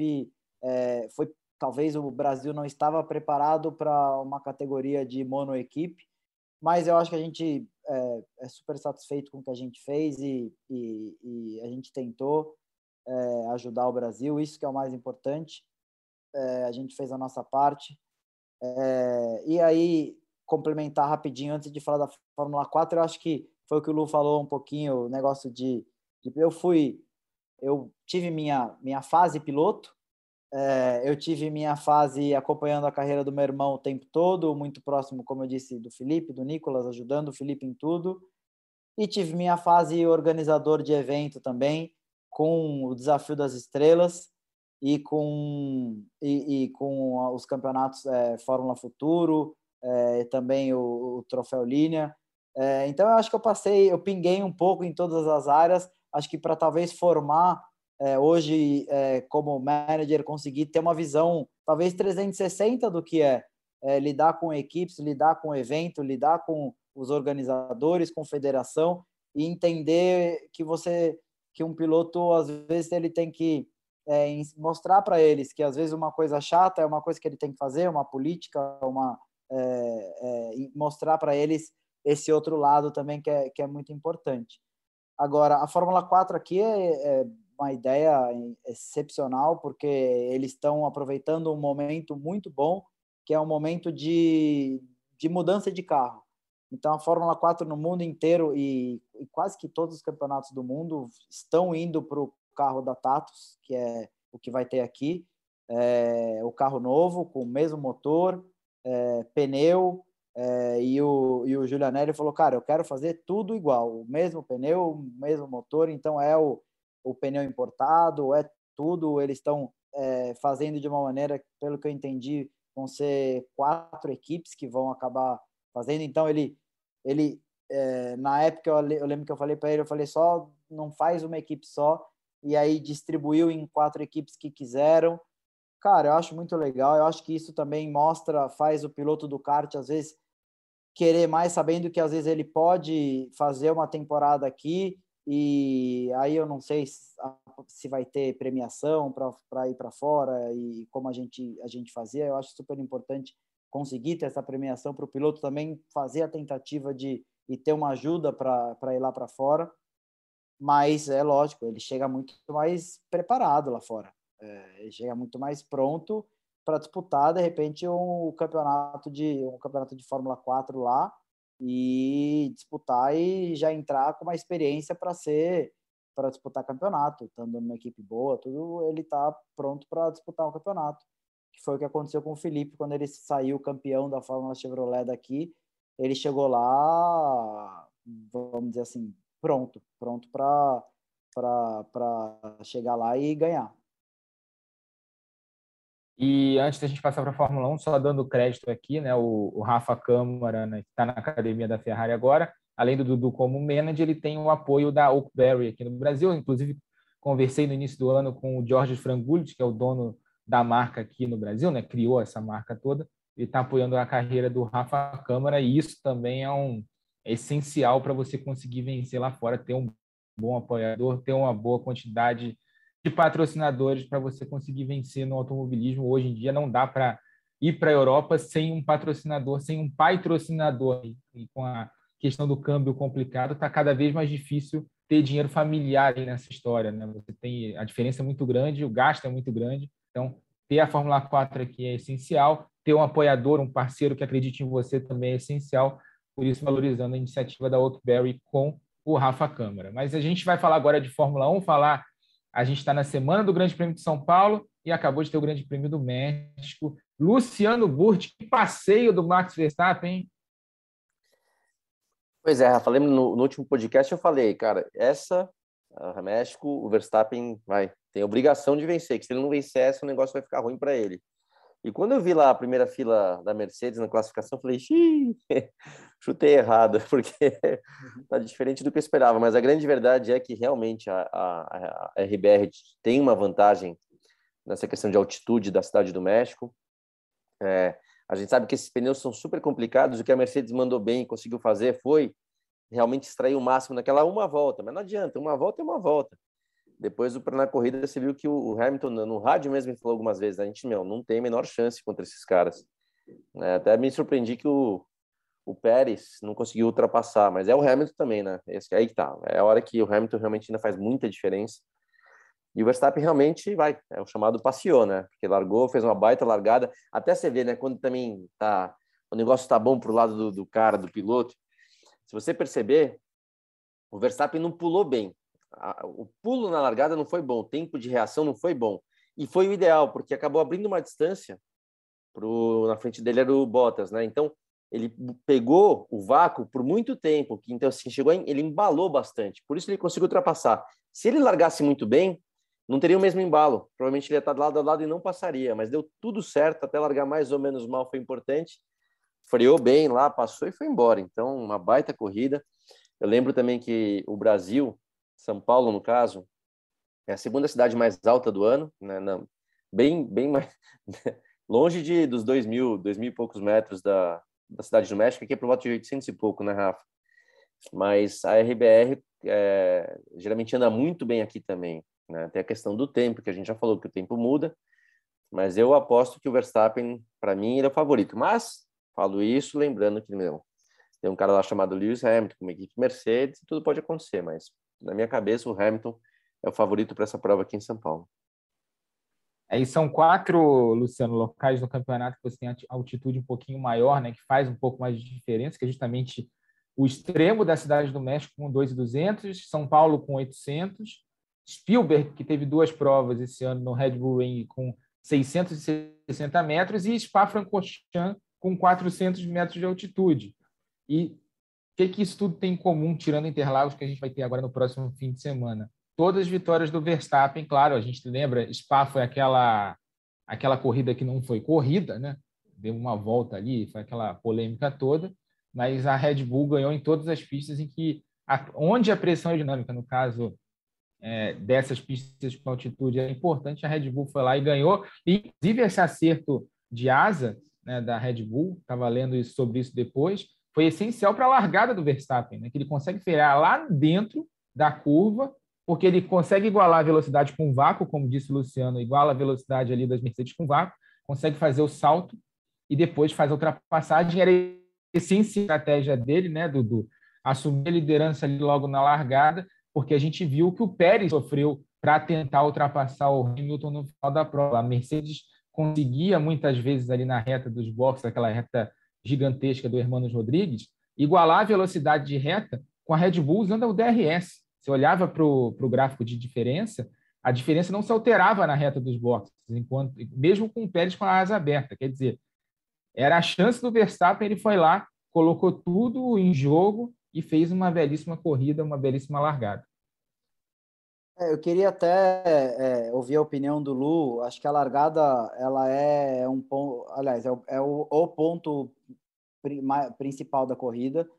talvez o Brasil não estava preparado para uma categoria de monoequipe, mas eu acho que a gente é super satisfeito com o que a gente fez e a gente tentou ajudar o Brasil, isso que é o mais importante. A gente fez a nossa parte. E aí, complementar rapidinho, antes de falar da Fórmula 4, eu acho que foi o que o Lu falou um pouquinho, o negócio eu tive minha fase piloto, eu tive minha fase acompanhando a carreira do meu irmão o tempo todo, muito próximo, como eu disse, do Felipe, do Nicolas, ajudando o Felipe em tudo, e tive minha fase organizador de evento também, com o Desafio das Estrelas e com os campeonatos Fórmula Futuro, também o Troféu Linha. Então, eu acho que eu pinguei um pouco em todas as áreas, acho que para talvez formar hoje, como manager, conseguir ter uma visão talvez 360 do que lidar com equipes, lidar com evento, lidar com os organizadores, com federação, e entender que um piloto, às vezes, ele tem que mostrar para eles que, às vezes, uma coisa chata é uma coisa que ele tem que fazer, uma política, mostrar para eles esse outro lado também que é muito importante. Agora, a Fórmula 4 aqui é uma ideia excepcional, porque eles estão aproveitando um momento muito bom, que é um momento de mudança de carro. Então, a Fórmula 4 no mundo inteiro e quase que todos os campeonatos do mundo estão indo para o carro da Tatuus, que é o que vai ter aqui, o carro novo, com o mesmo motor, pneu, e o Giulianelli falou, cara, eu quero fazer tudo igual, o mesmo pneu, o mesmo motor, então o pneu importado, tudo, eles estão fazendo de uma maneira, pelo que eu entendi, vão ser 4 equipes que vão acabar fazendo. Então, ele na época, eu lembro que eu falei para ele, eu falei, só não faz uma equipe só, e aí distribuiu em 4 equipes que quiseram. Cara, eu acho muito legal, eu acho que isso também faz o piloto do kart, às vezes, querer mais, sabendo que às vezes ele pode fazer uma temporada aqui, e aí eu não sei se vai ter premiação para ir para fora, e como a gente fazia. Eu acho super importante conseguir ter essa premiação para o piloto também fazer a tentativa e ter uma ajuda para ir lá para fora. Mas é lógico, ele chega muito mais preparado lá fora, ele chega muito mais pronto para disputar, de repente, um campeonato de Fórmula 4 lá, e disputar e já entrar com uma experiência para ser para disputar campeonato, estando numa equipe boa, tudo, ele está pronto para disputar um campeonato, que foi o que aconteceu com o Felipe quando ele saiu campeão da Fórmula Chevrolet daqui. Ele chegou lá, vamos dizer assim, pronto para chegar lá e ganhar. E antes da gente passar para a Fórmula 1, só dando crédito aqui, né, o Rafa Câmara, né, que está na academia da Ferrari agora, além do Dudu como manager, ele tem o apoio da Oakberry aqui no Brasil. Inclusive, conversei no início do ano com o Jorge Frangulit, que é o dono da marca aqui no Brasil, né, criou essa marca toda, e está apoiando a carreira do Rafa Câmara, e isso também é essencial para você conseguir vencer lá fora, ter um bom apoiador, ter uma boa quantidade de patrocinadores para você conseguir vencer no automobilismo. Hoje em dia não dá para ir para a Europa sem um patrocinador, sem um patrocinador. E com a questão do câmbio complicado, está cada vez mais difícil ter dinheiro familiar aí nessa história, né? Você tem a diferença é muito grande, o gasto é muito grande. Então, ter a Fórmula 4 aqui é essencial. Ter um apoiador, um parceiro que acredite em você também é essencial. Por isso, valorizando a iniciativa da Oakberry com o Rafa Câmara. Mas a gente vai falar agora de Fórmula 1, a gente está na semana do Grande Prêmio de São Paulo e acabou de ter o Grande Prêmio do México. Luciano Burti, que passeio do Max Verstappen, hein? Pois é, Rafa, lembra no último podcast eu falei, cara, México, o Verstappen tem obrigação de vencer, que se ele não vencer essa, o negócio vai ficar ruim para ele. E quando eu vi lá a primeira fila da Mercedes na classificação, eu falei, chutei errado, porque tá diferente do que eu esperava. Mas a grande verdade é que realmente a RBR tem uma vantagem nessa questão de altitude da Cidade do México. A gente sabe que esses pneus são super complicados. O que a Mercedes mandou bem e conseguiu fazer foi realmente extrair o máximo naquela uma volta. Mas não adianta, uma volta é uma volta. Depois, na corrida, você viu que o Hamilton, no rádio mesmo, ele falou algumas vezes, a gente, não tem a menor chance contra esses caras. Até me surpreendi que o Pérez não conseguiu ultrapassar, mas é o Hamilton também, né? Aí que tá. É a hora que o Hamilton realmente ainda faz muita diferença. E o Verstappen realmente é o chamado passeou, né? Porque largou, fez uma baita largada. Até você vê, né? Quando também o negócio tá bom pro lado do cara, do piloto. Se você perceber, o Verstappen não pulou bem. O pulo na largada não foi bom, o tempo de reação não foi bom. E foi o ideal, porque acabou abrindo uma distância. Na frente dele era o Bottas, né? Então, ele pegou o vácuo por muito tempo. Então, assim, ele embalou bastante. Por isso ele conseguiu ultrapassar. Se ele largasse muito bem, não teria o mesmo embalo. Provavelmente ele ia estar de lado a lado e não passaria. Mas deu tudo certo, até largar mais ou menos mal foi importante. Freou bem lá, passou e foi embora. Então, uma baita corrida. Eu lembro também que o Brasil, São Paulo, no caso, é a segunda cidade mais alta do ano, né? Bem mais longe dos 2.000 e poucos metros da Cidade do México, aqui é por volta de 800 e pouco, né, Rafa? Mas a RBR geralmente anda muito bem aqui também, né? Tem a questão do tempo, que a gente já falou que o tempo muda, mas eu aposto que o Verstappen, para mim, ele é o favorito. Mas, falo isso lembrando que, tem um cara lá chamado Lewis Hamilton, uma equipe Mercedes, e tudo pode acontecer, mas na minha cabeça, o Hamilton é o favorito para essa prova aqui em São Paulo. Aí são 4, Luciano, locais no campeonato que você tem altitude um pouquinho maior, né, que faz um pouco mais de diferença, que é justamente o extremo da Cidade do México com 2.200, São Paulo com 800, Spielberg, que teve 2 provas esse ano no Red Bull Ring com 660 metros, e Spa-Francorchamps com 400 metros de altitude. E o que isso tudo tem em comum, tirando Interlagos, que a gente vai ter agora no próximo fim de semana? Todas as vitórias do Verstappen, claro, a gente lembra, Spa foi aquela corrida que não foi corrida, né? Deu uma volta ali, foi aquela polêmica toda, mas a Red Bull ganhou em todas as pistas em que, onde a pressão aerodinâmica, no caso dessas pistas com altitude, é importante, a Red Bull foi lá e ganhou, e, inclusive esse acerto de asa, né, da Red Bull, estava lendo sobre isso depois, foi essencial para a largada do Verstappen, né, que ele consegue frear lá dentro da curva, porque ele consegue igualar a velocidade com vácuo, como disse o Luciano, iguala a velocidade ali das Mercedes com vácuo, consegue fazer o salto e depois faz a ultrapassagem. Era essencial a estratégia dele, né, Dudu, assumir a liderança ali logo na largada, porque a gente viu que o Pérez sofreu para tentar ultrapassar o Hamilton no final da prova. A Mercedes conseguia muitas vezes ali na reta dos boxes, aquela reta gigantesca do Hermanos Rodrigues, igualar a velocidade de reta com a Red Bull usando o DRS. Você olhava para o gráfico de diferença, a diferença não se alterava na reta dos boxes, mesmo com o Pérez com a asa aberta. Quer dizer, era a chance do Verstappen, ele foi lá, colocou tudo em jogo e fez uma belíssima corrida, uma belíssima largada. Eu queria até ouvir a opinião do Lu. Acho que a largada ela é um ponto, aliás, é o ponto principal da corrida.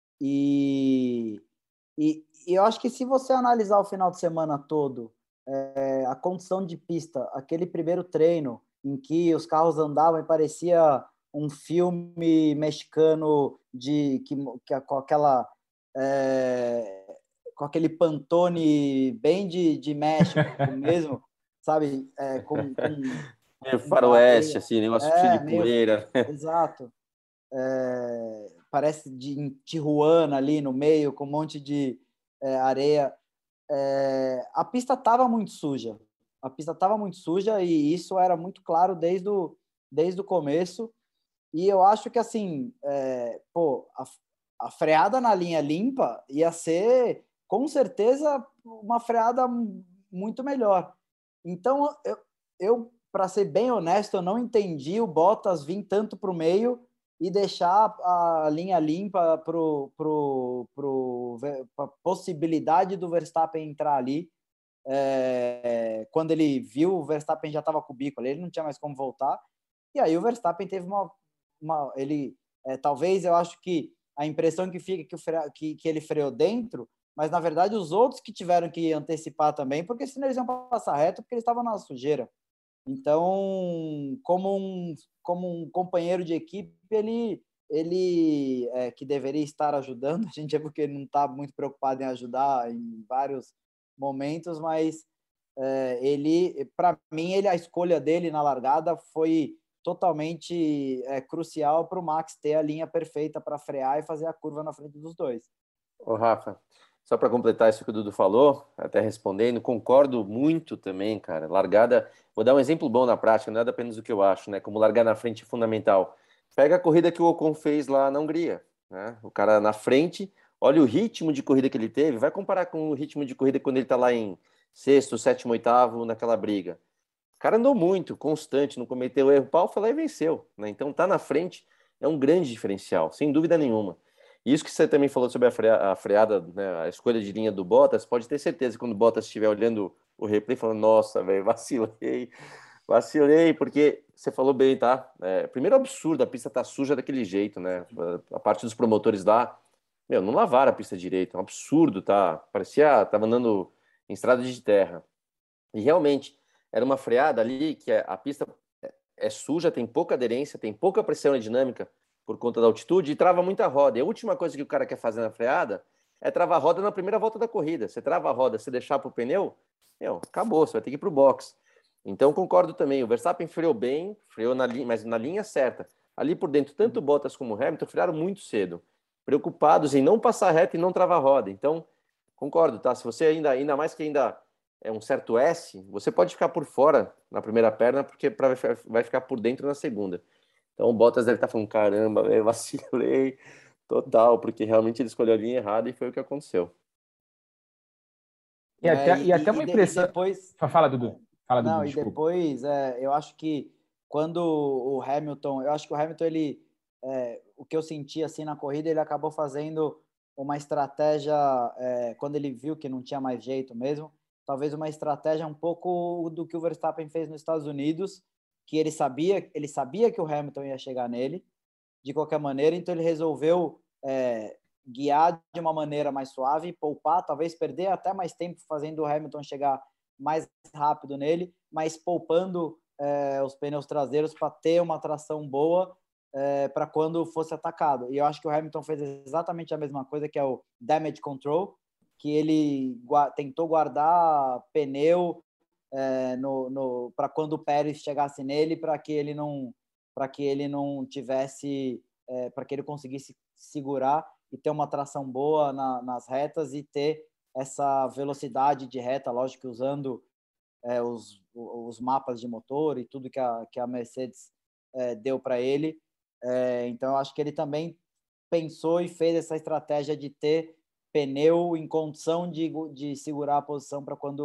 E eu acho que se você analisar o final de semana todo, a condição de pista, aquele primeiro treino em que os carros andavam e parecia um filme mexicano com aquela com aquele Pantone bem de México mesmo, sabe? Meio faroeste, assim, negócio cheio de meio, poeira. exato. Parece em Tijuana ali no meio, com um monte de areia. A pista estava muito suja. A pista estava muito suja e isso era muito claro desde o começo. E eu acho que, assim, a freada na linha limpa ia ser, com certeza, uma freada muito melhor. Então, eu para ser bem honesto, eu não entendi o Bottas vir tanto para o meio e deixar a linha limpa para a possibilidade do Verstappen entrar ali. Quando ele viu, o Verstappen já estava com o bico ali, ele não tinha mais como voltar. E aí o Verstappen teve talvez eu acho que a impressão que fica que ele freou dentro, mas na verdade os outros que tiveram que antecipar também, porque senão eles iam passar reto, porque eles estavam na sujeira. Então, como um companheiro de equipe, ele que deveria estar ajudando, a gente é porque ele não está muito preocupado em ajudar em vários momentos, mas para mim, a escolha dele na largada foi totalmente crucial para o Max ter a linha perfeita para frear e fazer a curva na frente dos dois. Ô, Rafa, só para completar isso que o Dudu falou, até respondendo, concordo muito também, cara. Largada, vou dar um exemplo bom na prática, nada apenas do que eu acho, né? Como largar na frente é fundamental. Pega a corrida que o Ocon fez lá na Hungria, né? O cara na frente, olha o ritmo de corrida que ele teve, vai comparar com o ritmo de corrida quando ele tá lá em sexto, sétimo, oitavo, naquela briga. O cara andou muito, constante, não cometeu erro, pau, foi lá e venceu, né? Então tá na frente é um grande diferencial, sem dúvida nenhuma. E isso que você também falou sobre a freada, né, a escolha de linha do Bottas, pode ter certeza que quando o Bottas estiver olhando o replay, falando, nossa, velho, vacilei, porque você falou bem, tá? Primeiro absurdo, a pista tá suja daquele jeito, né? A parte dos promotores lá, meu, não lavaram a pista direito, é um absurdo, tá? Parecia, tava andando em estrada de terra. E realmente, era uma freada ali que a pista é suja, tem pouca aderência, tem pouca pressão aerodinâmica por conta da altitude e trava muita roda. E a última coisa que o cara quer fazer na freada é travar a roda na primeira volta da corrida. Você trava a roda, se deixar para o pneu, acabou, você vai ter que ir para o box. Então, concordo também, o Verstappen freou bem, freou mas na linha certa. Ali por dentro, tanto o Bottas como o Hamilton frearam muito cedo, preocupados em não passar reto e não travar a roda. Então, concordo, tá? Se você ainda mais que ainda é um certo S, você pode ficar por fora na primeira perna, porque vai ficar por dentro na segunda. Então o Bottas deve estar falando, caramba, eu vacilei total, porque realmente ele escolheu a linha errada e foi o que aconteceu. E até uma impressão... Depois... Fala, Dudu. Fala, Dudu, Não, e desculpa. depois, eu acho que quando o Hamilton... Eu acho que o Hamilton, o que eu senti assim na corrida, ele acabou fazendo uma estratégia, quando ele viu que não tinha mais jeito mesmo, talvez uma estratégia um pouco do que o Verstappen fez nos Estados Unidos, que ele sabia que o Hamilton ia chegar nele, de qualquer maneira, então ele resolveu guiar de uma maneira mais suave, poupar, talvez perder até mais tempo fazendo o Hamilton chegar mais rápido nele, mas poupando os pneus traseiros para ter uma tração boa para quando fosse atacado. E eu acho que o Hamilton fez exatamente a mesma coisa, que é o damage control, que ele tentou guardar pneu para quando o Pérez chegasse nele, para que ele não tivesse, para que ele conseguisse segurar e ter uma tração boa nas retas e ter essa velocidade de reta, lógico que usando os mapas de motor e tudo que a Mercedes deu para ele. Então eu acho que ele também pensou e fez essa estratégia de ter pneu em condição de segurar a posição para quando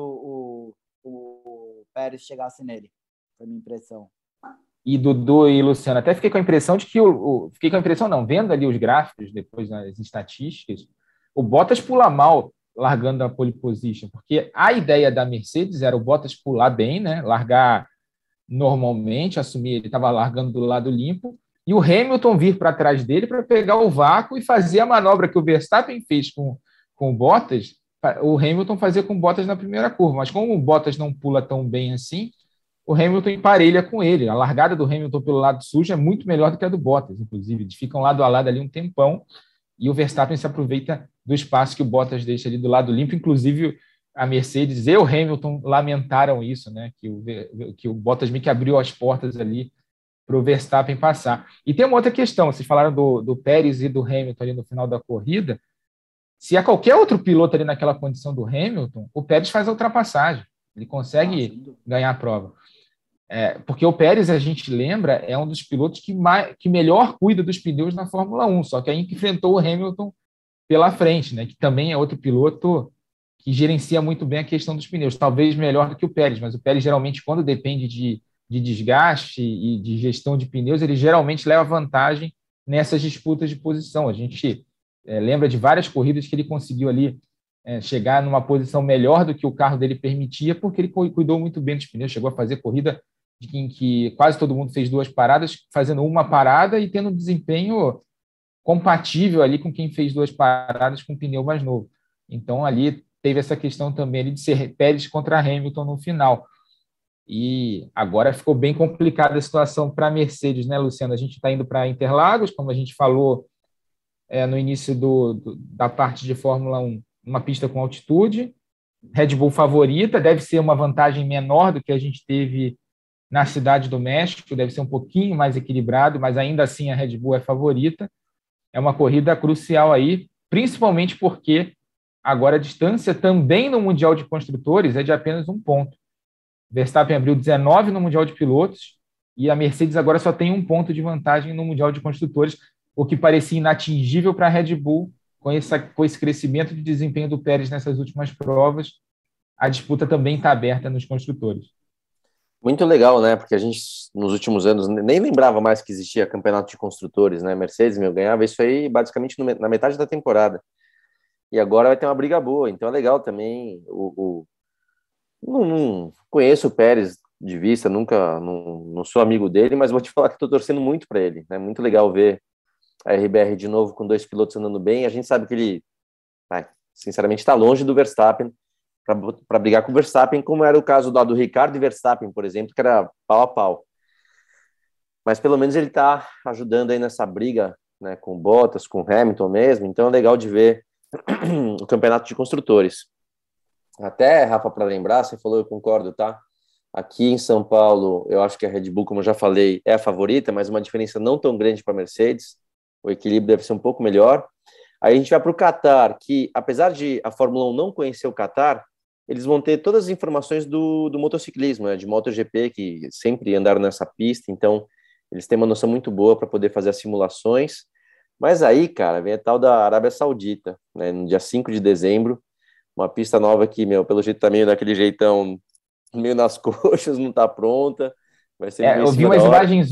o Pérez chegasse nele. Foi a minha impressão. E Dudu e Luciano, até fiquei com a impressão de que fiquei com a impressão, não, vendo ali os gráficos, depois nas estatísticas, o Bottas pula mal largando a pole position, porque a ideia da Mercedes era o Bottas pular bem, né, largar normalmente, assumir, ele estava largando do lado limpo, e o Hamilton vir para trás dele para pegar o vácuo e fazer a manobra que o Verstappen fez com o Bottas, o Hamilton fazia com o Bottas na primeira curva, mas como o Bottas não pula tão bem assim, o Hamilton emparelha com ele. A largada do Hamilton pelo lado sujo é muito melhor do que a do Bottas, inclusive. Eles ficam lado a lado ali um tempão e o Verstappen se aproveita do espaço que o Bottas deixa ali do lado limpo. Inclusive, a Mercedes e o Hamilton lamentaram isso, né? Que o Bottas meio que abriu as portas ali para o Verstappen passar. E tem uma outra questão. Vocês falaram do Pérez e do Hamilton ali no final da corrida. Se há qualquer outro piloto ali naquela condição do Hamilton, o Pérez faz a ultrapassagem. Ele consegue ganhar a prova. Porque o Pérez, a gente lembra, é um dos pilotos que melhor cuida dos pneus na Fórmula 1, só que aí enfrentou o Hamilton pela frente, né, que também é outro piloto que gerencia muito bem a questão dos pneus, talvez melhor do que o Pérez, mas o Pérez geralmente, quando depende de desgaste e de gestão de pneus, ele geralmente leva vantagem nessas disputas de posição. A gente lembra de várias corridas que ele conseguiu ali chegar numa posição melhor do que o carro dele permitia, porque ele cuidou muito bem dos pneus, chegou a fazer corrida em que quase todo mundo fez 2 paradas, fazendo uma parada e tendo um desempenho compatível ali com quem fez 2 paradas com pneu mais novo. Então, ali teve essa questão também ali de ser Pérez contra Hamilton no final. E agora ficou bem complicada a situação para a Mercedes, né, Luciano? A gente está indo para Interlagos, como a gente falou no início da parte de Fórmula 1, uma pista com altitude, Red Bull favorita, deve ser uma vantagem menor do que a gente teve na Cidade do México, deve ser um pouquinho mais equilibrado, mas ainda assim a Red Bull é favorita. É uma corrida crucial aí, principalmente porque agora a distância também no Mundial de Construtores é de apenas 1 ponto. Verstappen abriu 19 no Mundial de Pilotos e a Mercedes agora só tem 1 ponto de vantagem no Mundial de Construtores, o que parecia inatingível para a Red Bull com esse crescimento de desempenho do Pérez nessas últimas provas. A disputa também está aberta nos construtores. Muito legal, né? Porque a gente, nos últimos anos, nem lembrava mais que existia campeonato de construtores, né? Mercedes, ganhava isso aí basicamente na metade da temporada. E agora vai ter uma briga boa. Então é legal também. Não conheço o Pérez de vista, nunca, não sou amigo dele, mas vou te falar que estou torcendo muito para ele. É muito legal ver a RBR de novo com 2 pilotos andando bem. A gente sabe que ele, sinceramente, está longe do Verstappen para brigar com o Verstappen, como era o caso do Ricardo e Verstappen, por exemplo, que era pau a pau. Mas pelo menos ele está ajudando aí nessa briga, né, com o Bottas, com o Hamilton mesmo. Então é legal de ver o campeonato de construtores. Até, Rafa, para lembrar, você falou, eu concordo, tá? Aqui em São Paulo, eu acho que a Red Bull, como eu já falei, é a favorita, mas uma diferença não tão grande para a Mercedes. O equilíbrio deve ser um pouco melhor. Aí a gente vai para o Qatar, que apesar de a Fórmula 1 não conhecer o Qatar, eles vão ter todas as informações do motociclismo, né, de MotoGP, que sempre andaram nessa pista, então eles têm uma noção muito boa para poder fazer as simulações. Mas aí, cara, vem a tal da Arábia Saudita, né, no dia 5 de dezembro, uma pista nova que, pelo jeito tá meio daquele jeitão, meio nas coxas, não tá pronta. Vai ser eu vi umas imagens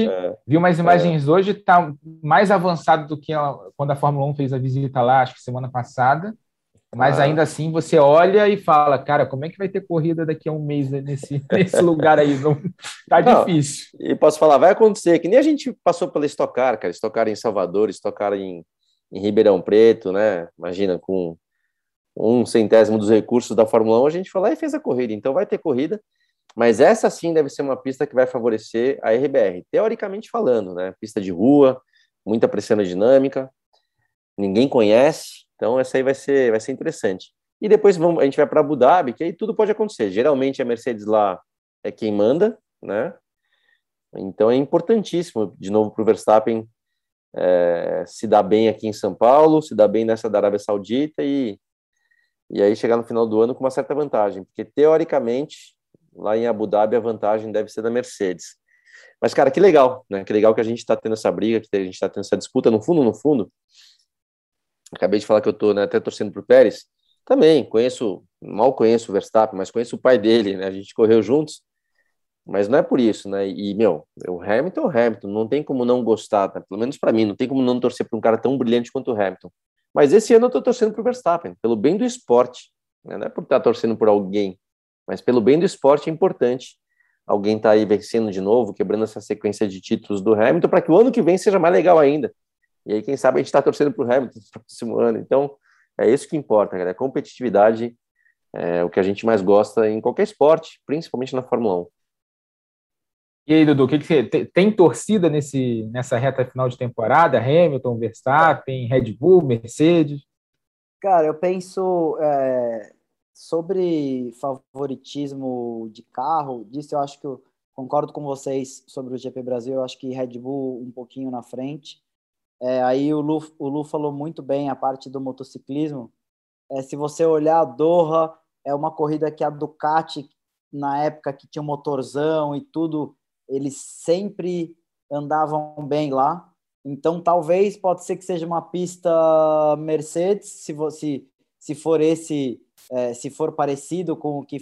hoje, tá mais avançado do que quando a Fórmula 1 fez a visita lá, acho que semana passada, mas ainda assim você olha e fala, cara, como é que vai ter corrida daqui a um mês nesse lugar aí? Não, tá difícil. E posso falar, vai acontecer, que nem a gente passou pela Stock Car, cara, Stock Car em Salvador, Stock Car em Ribeirão Preto, né? Imagina, com 1/100º dos recursos da Fórmula 1, a gente foi lá e fez a corrida, então vai ter corrida, mas essa sim deve ser uma pista que vai favorecer a RBR, teoricamente falando, né? Pista de rua, muita pressão dinâmica, ninguém conhece, então essa aí vai ser interessante. E depois a gente vai para Abu Dhabi, que aí tudo pode acontecer. Geralmente a Mercedes lá é quem manda, né? Então é importantíssimo, de novo, para o Verstappen se dar bem aqui em São Paulo, se dar bem nessa da Arábia Saudita e aí chegar no final do ano com uma certa vantagem, porque teoricamente lá em Abu Dhabi a vantagem deve ser da Mercedes. Mas, cara, que legal, né? Que legal que a gente está tendo essa briga, que a gente está tendo essa disputa. No fundo, acabei de falar que eu estou, né, até torcendo para o Pérez, também mal conheço o Verstappen, mas conheço o pai dele, né? A gente correu juntos, mas não é por isso, né? E, o Hamilton é o Hamilton, não tem como não gostar, tá? Pelo menos para mim, não tem como não torcer para um cara tão brilhante quanto o Hamilton. Mas esse ano eu estou torcendo para o Verstappen, pelo bem do esporte, né? Não é por estar torcendo por alguém, mas pelo bem do esporte é importante alguém estar aí vencendo de novo, quebrando essa sequência de títulos do Hamilton, para que o ano que vem seja mais legal ainda. E aí, quem sabe, a gente está torcendo para o Hamilton no próximo ano. Então, é isso que importa, cara. A competitividade é o que a gente mais gosta em qualquer esporte, principalmente na Fórmula 1. E aí, Dudu, o que você tem torcida nessa reta final de temporada? Hamilton, Verstappen, Red Bull, Mercedes? Cara, eu penso sobre favoritismo de carro, disso eu acho que eu concordo com vocês sobre o GP Brasil, eu acho que Red Bull um pouquinho na frente. Aí o Lu falou muito bem a parte do motociclismo. Se você olhar a Doha, é uma corrida que a Ducati, na época que tinha um motorzão e tudo, eles sempre andavam bem lá. Então, talvez, pode ser que seja uma pista Mercedes, se for parecido com o que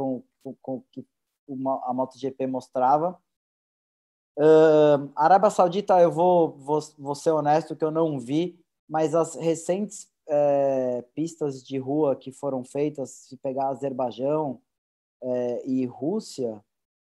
a MotoGP mostrava. Arábia Saudita, eu vou ser honesto que eu não vi, mas as recentes pistas de rua que foram feitas, se pegar Azerbaijão e Rússia,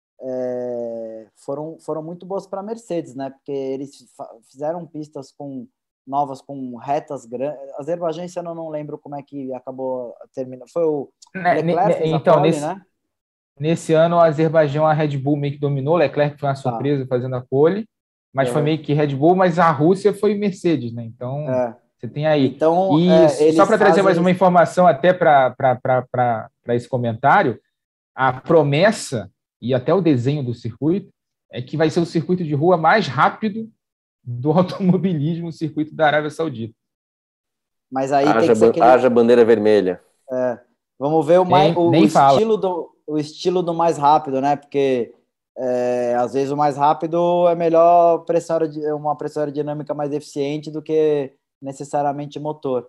foram muito boas para a Mercedes, né? Porque eles fizeram pistas novas com retas grandes. Azerbaijão, esse ano eu não lembro como é que acabou terminando. Foi o Leclerc fez então, a pole, né? Nesse ano, a Azerbaijão, a Red Bull meio que dominou, Leclerc foi uma surpresa fazendo a pole, mas foi meio que Red Bull, mas a Rússia foi Mercedes, né? Então, você tem aí. Então, e só para trazer mais uma informação até para esse comentário, a promessa e até o desenho do circuito é que vai ser o circuito de rua mais rápido do automobilismo, o circuito da Arábia Saudita. Mas aí tem que ser haja bandeira vermelha. Vamos ver o estilo do mais rápido, né? Porque às vezes o mais rápido é melhor uma pressão aerodinâmica mais eficiente do que necessariamente motor.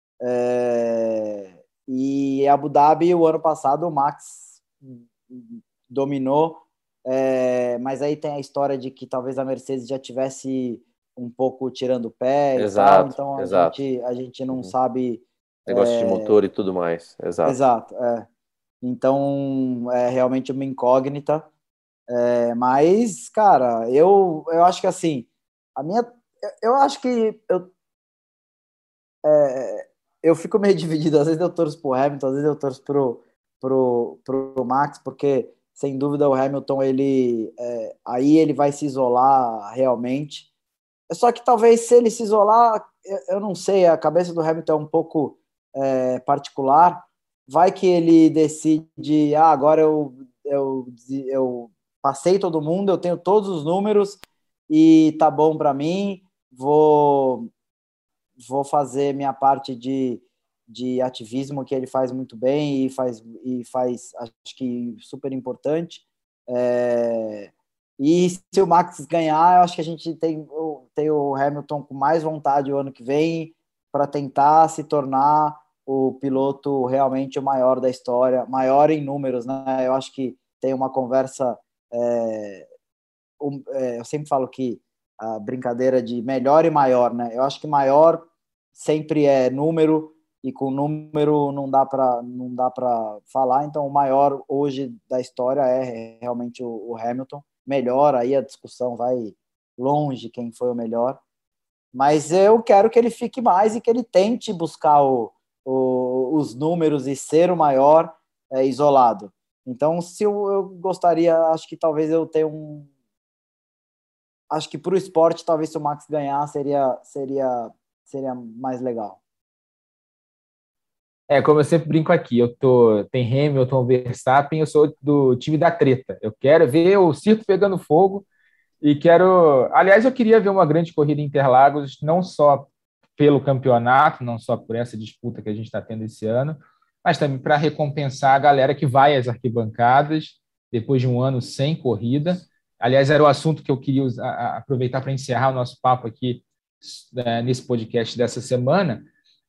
E Abu Dhabi, o ano passado, o Max dominou, mas aí tem a história de que talvez a Mercedes já tivesse um pouco tirando o pé e tal, então a gente não sabe... Negócio de motor e tudo mais, exato. Então, é realmente uma incógnita, mas, cara, eu acho que assim, eu acho que eu fico meio dividido, às vezes eu torço pro Hamilton, às vezes eu torço pro Max, porque sem dúvida o Hamilton aí ele vai se isolar realmente, só que talvez se ele se isolar, eu não sei, a cabeça do Hamilton é um pouco particular, vai que ele decide, agora eu passei todo mundo, eu tenho todos os números e tá bom para mim, vou fazer minha parte de ativismo que ele faz muito bem e faz acho que super importante. E se o Max ganhar, eu acho que a gente tem o Hamilton com mais vontade o ano que vem para tentar se tornar o piloto realmente o maior da história, maior em números, né? Eu acho que tem uma conversa... eu sempre falo que a brincadeira de melhor e maior, né? Eu acho que maior sempre é número, e com número não dá para falar, então o maior hoje da história é realmente o Hamilton. Melhor, aí a discussão vai longe quem foi o melhor, mas eu quero que ele fique mais e que ele tente buscar os números e ser o maior isolado. Então, se eu gostaria, acho que talvez eu tenha acho que para o esporte, talvez se o Max ganhar, seria mais legal. Como eu sempre brinco aqui, tem Hamilton, Verstappen, eu sou do time da treta. Eu quero ver o circo pegando fogo e aliás, eu queria ver uma grande corrida em Interlagos, não só pelo campeonato, não só por essa disputa que a gente está tendo esse ano, mas também para recompensar a galera que vai às arquibancadas depois de um ano sem corrida. Aliás, era o assunto que eu queria aproveitar para encerrar o nosso papo aqui nesse podcast dessa semana.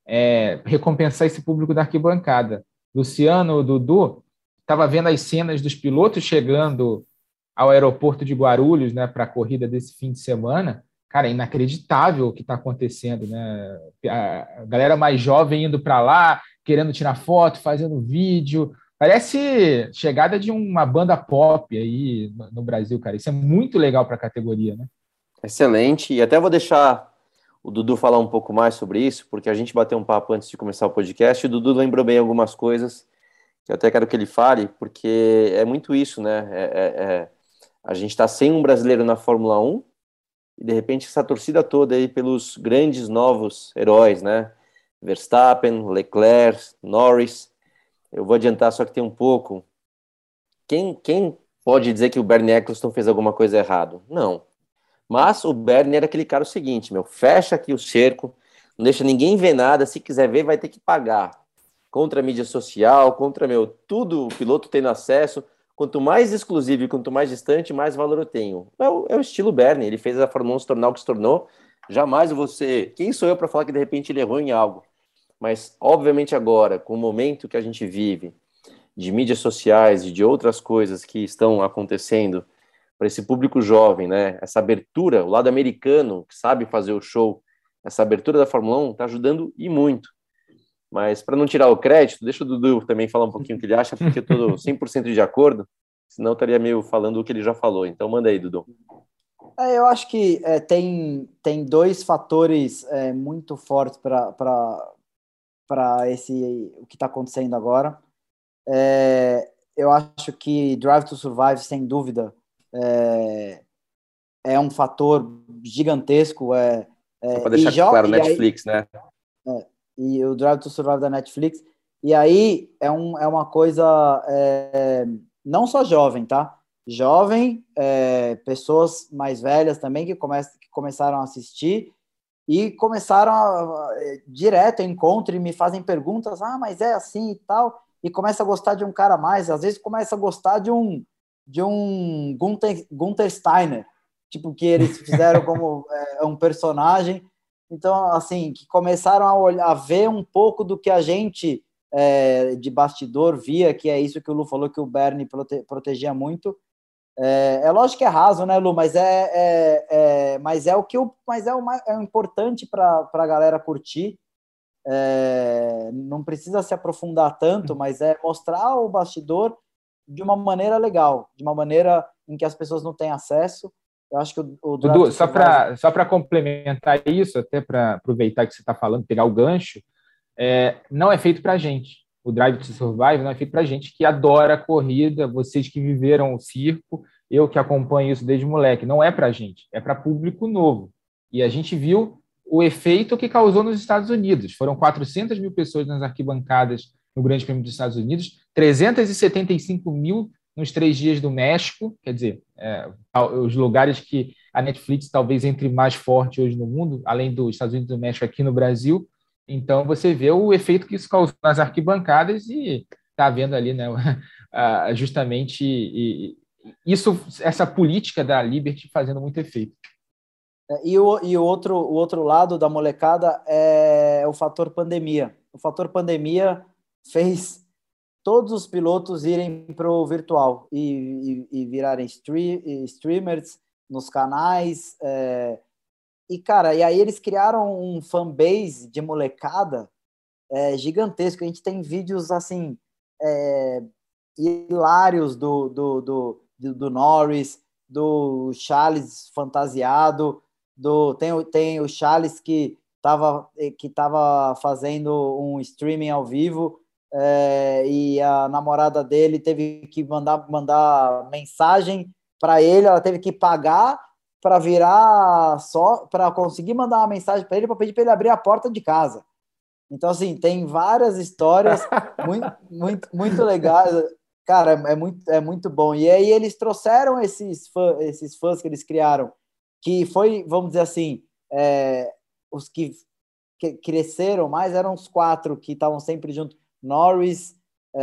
recompensar esse público da arquibancada. Luciano, o Dudu, estava vendo as cenas dos pilotos chegando ao aeroporto de Guarulhos, né, para a corrida desse fim de semana. Cara, é inacreditável o que está acontecendo, né? A galera mais jovem indo para lá, querendo tirar foto, fazendo vídeo. Parece chegada de uma banda pop aí no Brasil, cara. Isso é muito legal para a categoria, né? Excelente. E até vou deixar o Dudu falar um pouco mais sobre isso, porque a gente bateu um papo antes de começar o podcast e o Dudu lembrou bem algumas coisas que eu até quero que ele fale, porque é muito isso, né? A gente está sem um brasileiro na Fórmula 1 e, de repente, essa torcida toda aí pelos grandes novos heróis, né? Verstappen, Leclerc, Norris. Eu vou adiantar só que tem um pouco. Quem pode dizer que o Bernie Eccleston fez alguma coisa errada? Não. Mas o Bernie era aquele cara o seguinte, fecha aqui o cerco, não deixa ninguém ver nada, se quiser ver vai ter que pagar. Contra a mídia social, tudo o piloto tendo acesso, quanto mais exclusivo e quanto mais distante, mais valor eu tenho. É o estilo Bernie, ele fez a Fórmula 1 se tornar o que se tornou, jamais quem sou eu para falar que de repente ele errou em algo? Mas, obviamente agora, com o momento que a gente vive, de mídias sociais e de outras coisas que estão acontecendo, para esse público jovem, né? Essa abertura, o lado americano, que sabe fazer o show, essa abertura da Fórmula 1 está ajudando e muito. Mas, para não tirar o crédito, deixa o Dudu também falar um pouquinho o que ele acha, porque eu estou 100% de acordo, senão eu estaria meio falando o que ele já falou. Então, manda aí, Dudu. Eu acho que tem dois fatores muito fortes para o que está acontecendo agora. Eu acho que Drive to Survive, sem dúvida, é um fator gigantesco. Só para deixar claro, Netflix, aí, né? E o Drive to Survive da Netflix. E aí é uma coisa não só jovem, tá? Jovem, pessoas mais velhas também que começaram a assistir e começaram direto, encontro e me fazem perguntas, mas é assim e tal, e começa a gostar de um cara mais, às vezes começa a gostar de um Gunther Steiner, tipo, que eles fizeram como um personagem. Então, assim, que começaram a ver um pouco do que a gente de bastidor via, que é isso que o Lu falou, que o Bernie protegia muito. É lógico que é raso, né, Lu? Mas é o importante para a galera curtir. Não precisa se aprofundar tanto, mas é mostrar o bastidor de uma maneira legal, de uma maneira em que as pessoas não têm acesso. Eu acho que o Dudu, só para complementar isso, até para aproveitar que você está falando, pegar o gancho, não é feito para a gente. O Drive to Survive não é feito para a gente que adora a corrida, vocês que viveram o circo, eu que acompanho isso desde moleque. Não é para a gente, é para público novo. E a gente viu o efeito que causou nos Estados Unidos. Foram 400 mil pessoas nas arquibancadas no Grande Prêmio dos Estados Unidos, 375 mil nos 3 dias do México, quer dizer, os lugares que a Netflix talvez entre mais forte hoje no mundo, além dos Estados Unidos e do México aqui no Brasil. Então, você vê o efeito que isso causou nas arquibancadas e está vendo ali, né, justamente essa política da Liberty fazendo muito efeito. E o outro lado da molecada é o fator pandemia. O fator pandemia fez todos os pilotos irem para o virtual e virarem streamers nos canais. E aí eles criaram um fanbase de molecada gigantesco. A gente tem vídeos assim hilários do Norris, do Charles fantasiado, tem o Charles que estava fazendo um streaming ao vivo. E a namorada dele teve que mandar mensagem para ele, ela teve que pagar para conseguir mandar uma mensagem para ele, para pedir para ele abrir a porta de casa. Então, assim, tem várias histórias muito, muito, muito legais. Cara, é muito bom. E aí eles trouxeram esses fãs que eles criaram, que foi, vamos dizer assim, os que cresceram mais eram os 4 que estavam sempre juntos: Norris,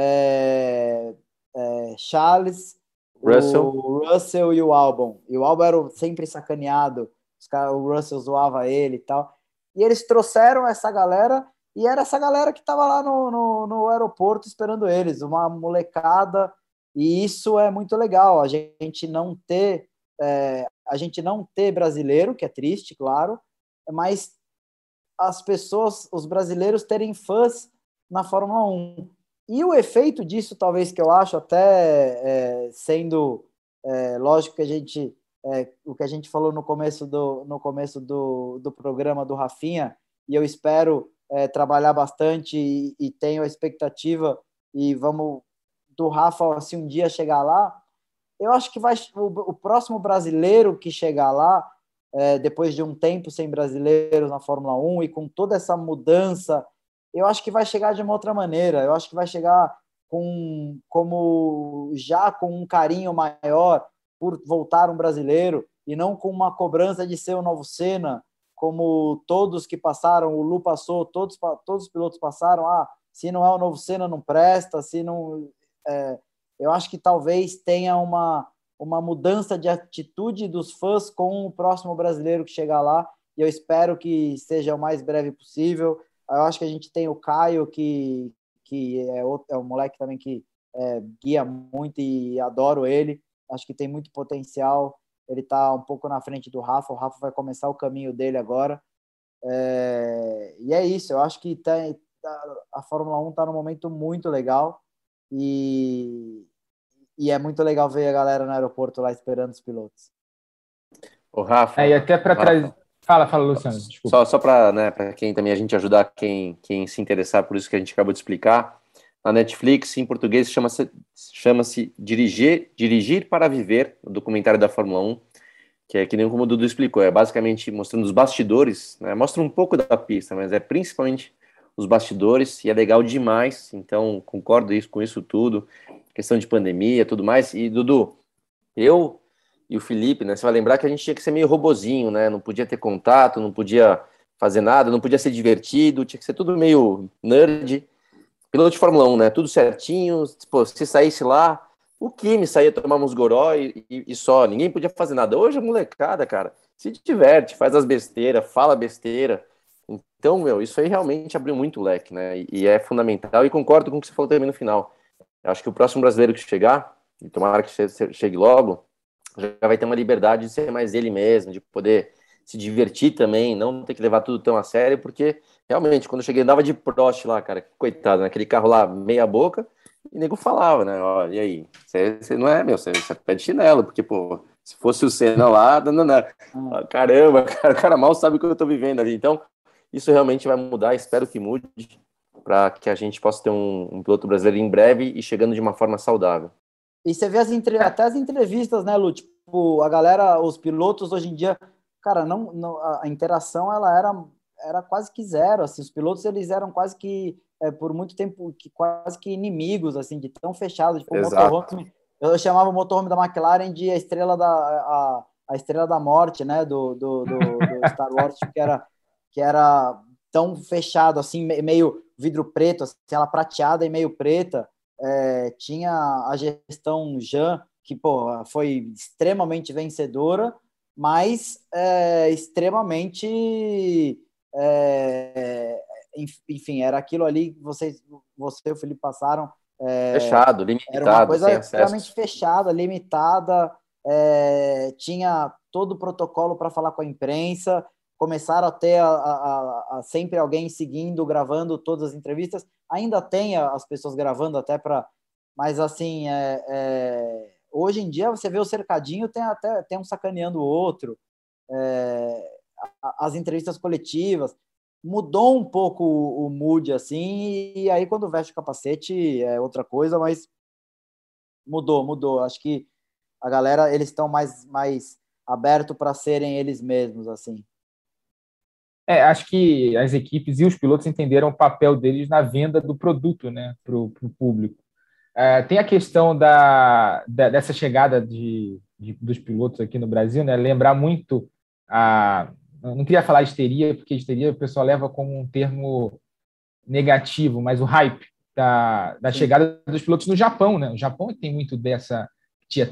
Charles, o Russell e o Albon. E o Albon era sempre sacaneado, o Russell zoava ele e tal. E eles trouxeram essa galera E era essa galera que estava lá no aeroporto esperando eles, uma molecada, e isso é muito legal, a gente não ter brasileiro, que é triste, claro, mas as pessoas, os brasileiros terem fãs na Fórmula 1. E o efeito disso, talvez, que eu acho, até sendo lógico que o que a gente falou no começo do programa do Rafinha, e eu espero trabalhar bastante e tenho a expectativa, e vamos do Rafa, se um dia chegar lá, eu acho que o próximo brasileiro que chegar lá, depois de um tempo sem brasileiros na Fórmula 1 e com toda essa mudança, eu acho que vai chegar de uma outra maneira, eu acho que vai chegar com um carinho maior por voltar um brasileiro e não com uma cobrança de ser o novo Senna, como todos que passaram, o Lu passou, todos os pilotos passaram, se não é o novo Senna não presta, se não... eu acho que talvez tenha uma mudança de atitude dos fãs com o próximo brasileiro que chegar lá, e eu espero que seja o mais breve possível. Eu acho que a gente tem o Caio, que é um moleque também que guia muito e adoro ele, acho que tem muito potencial, ele está um pouco na frente do Rafa, o Rafa vai começar o caminho dele agora, e é isso, eu acho que a Fórmula 1 está num momento muito legal, e é muito legal ver a galera no aeroporto lá esperando os pilotos. O Rafa... E até para trazer... Fala, Luciano, desculpa. Só para quem também a gente ajudar, quem se interessar por isso que a gente acabou de explicar, na Netflix, em português, chama-se Dirigir para Viver, o documentário da Fórmula 1, que é que nem como o Dudu explicou, é basicamente mostrando os bastidores, né? Mostra um pouco da pista, mas é principalmente os bastidores, e é legal demais, então concordo com isso tudo, questão de pandemia, tudo mais. E Dudu, eu e o Felipe, né, você vai lembrar que a gente tinha que ser meio robozinho, né, não podia ter contato, não podia fazer nada, não podia ser divertido, tinha que ser tudo meio nerd. Piloto de Fórmula 1, né, tudo certinho, pô, se saísse lá, o Kimi saía tomar uns goró e só, ninguém podia fazer nada. Hoje a molecada, cara, se diverte, faz as besteiras, fala besteira. Então, isso aí realmente abriu muito o leque, né, e é fundamental, e concordo com o que você falou também no final. Eu acho que o próximo brasileiro que chegar, e tomara que chegue logo, já vai ter uma liberdade de ser mais ele mesmo, de poder se divertir também, não ter que levar tudo tão a sério, porque realmente, quando eu cheguei, andava de Prost lá, cara, coitado, naquele carro lá, meia boca, e o nego falava, né, ó, e aí, você não é, você pede chinelo, porque, pô, se fosse o Senna lá, não. Caramba, cara, o cara mal sabe o que eu tô vivendo ali, então, isso realmente vai mudar, espero que mude, para que a gente possa ter um piloto brasileiro em breve e chegando de uma forma saudável. E você vê até as entrevistas, né, Lu? Tipo, a galera, os pilotos hoje em dia, cara, a interação ela era quase que zero, assim, os pilotos eles eram quase que por muito tempo quase que inimigos, assim, de tão fechado, tipo, o motorhome, eu chamava o motorhome da McLaren de a estrela da morte, né, do Star Wars, que era tão fechado, assim, meio vidro preto, assim, ela prateada e meio preta. Tinha a gestão Jean, que pô, foi extremamente vencedora, mas extremamente enfim, era aquilo ali que você e o Felipe passaram, fechado, limitado, era uma coisa sem extremamente acesso. fechada, limitada, tinha todo o protocolo para falar com a imprensa, começaram a ter sempre alguém seguindo, gravando todas as entrevistas, ainda tem as pessoas gravando até para... Mas, assim, hoje em dia você vê o cercadinho, tem um sacaneando o outro, as entrevistas coletivas, mudou um pouco o mood, assim, e aí quando veste o capacete é outra coisa, mas mudou. Acho que a galera, eles estão mais abertos para serem eles mesmos, assim. Acho que as equipes e os pilotos entenderam o papel deles na venda do produto, né, para o público. Tem a questão dessa chegada dos pilotos aqui no Brasil, né, lembrar muito não queria falar histeria, porque histeria o pessoal leva como um termo negativo, mas o hype da chegada dos pilotos no Japão, né? O Japão tem muito dessa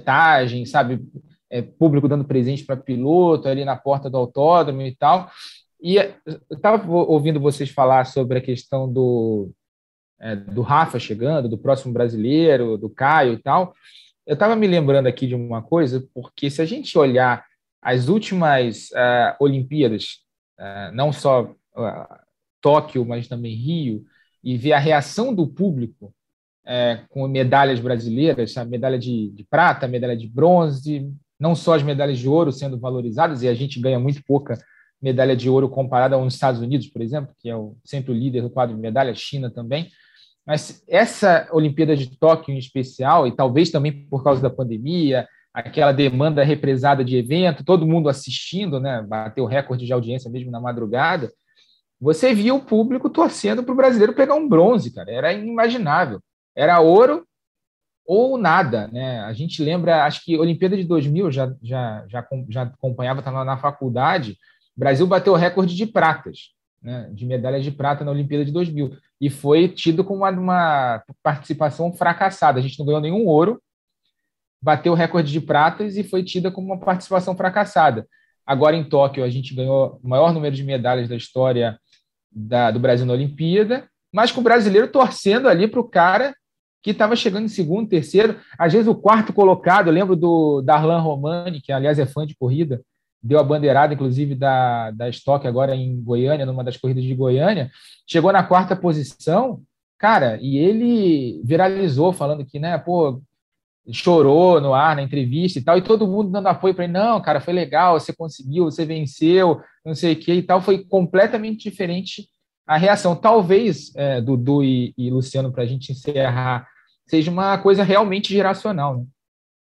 tietagem, sabe? Público dando presente para piloto ali na porta do autódromo e tal. E eu estava ouvindo vocês falar sobre a questão do Rafa chegando, do próximo brasileiro, do Caio e tal. Eu estava me lembrando aqui de uma coisa, porque se a gente olhar as últimas Olimpíadas, não só Tóquio, mas também Rio, e ver a reação do público com medalhas brasileiras, a medalha de prata, a medalha de bronze, não só as medalhas de ouro sendo valorizadas, e a gente ganha muito pouca medalha de ouro comparada aos Estados Unidos, por exemplo, que é sempre o líder do quadro de medalha, China também. Mas essa Olimpíada de Tóquio em especial, e talvez também por causa da pandemia, aquela demanda represada de evento, todo mundo assistindo, né, bateu recorde de audiência mesmo na madrugada, você via o público torcendo para o brasileiro pegar um bronze, cara, era inimaginável. Era ouro ou nada, né? A gente lembra, acho que a Olimpíada de 2000, já acompanhava, estava na faculdade, o Brasil bateu o recorde de pratas, né? De medalhas de prata na Olimpíada de 2000, e foi tido como uma participação fracassada. A gente não ganhou nenhum ouro, bateu o recorde de pratas e foi tida como uma participação fracassada. Agora, em Tóquio, a gente ganhou o maior número de medalhas da história do Brasil na Olimpíada, mas com o brasileiro torcendo ali para o cara que estava chegando em segundo, terceiro, às vezes o quarto colocado. Eu lembro do Darlan Romani, que aliás é fã de corrida, deu a bandeirada, inclusive, da Stock agora em Goiânia, numa das corridas de Goiânia, chegou na quarta posição, cara, e ele viralizou falando que, né, pô, chorou no ar, na entrevista e tal, e todo mundo dando apoio para ele. Não, cara, foi legal, você conseguiu, você venceu, não sei o que e tal. Foi completamente diferente a reação. Talvez, Dudu e Luciano, para a gente encerrar, seja uma coisa realmente geracional, né?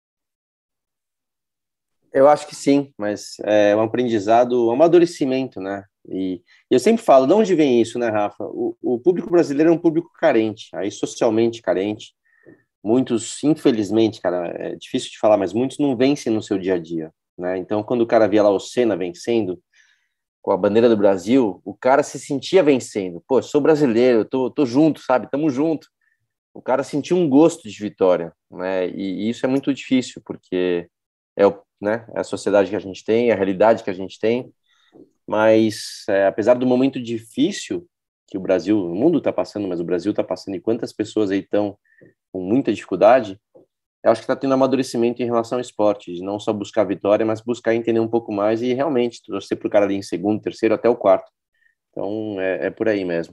Eu acho que sim, mas é um aprendizado, um amadurecimento, né? E eu sempre falo, de onde vem isso, né, Rafa? O público brasileiro é um público carente, aí socialmente carente. Muitos, infelizmente, cara, é difícil de falar, mas muitos não vencem no seu dia a dia, né? Então, quando o cara via lá o Senna vencendo com a bandeira do Brasil, o cara se sentia vencendo. Pô, sou brasileiro, tô junto, sabe? Tamo junto. O cara sentiu um gosto de vitória, né? E isso é muito difícil, porque é a sociedade que a gente tem, é a realidade que a gente tem, mas apesar do momento difícil que o mundo está passando, mas o Brasil está passando, e quantas pessoas aí estão com muita dificuldade, eu acho que está tendo amadurecimento em relação ao esporte, de não só buscar a vitória, mas buscar entender um pouco mais e realmente torcer para o cara ali em segundo, terceiro, até o quarto. Então, é por aí mesmo.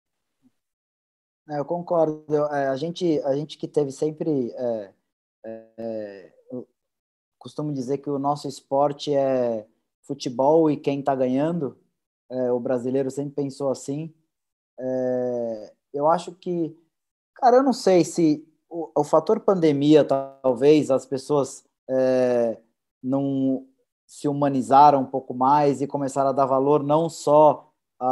Eu concordo. A gente que teve sempre... eu costumo dizer que o nosso esporte é futebol e quem está ganhando. O brasileiro sempre pensou assim. Eu acho que... Cara, eu não sei se o fator pandemia, talvez as pessoas não se humanizaram um pouco mais e começaram a dar valor não só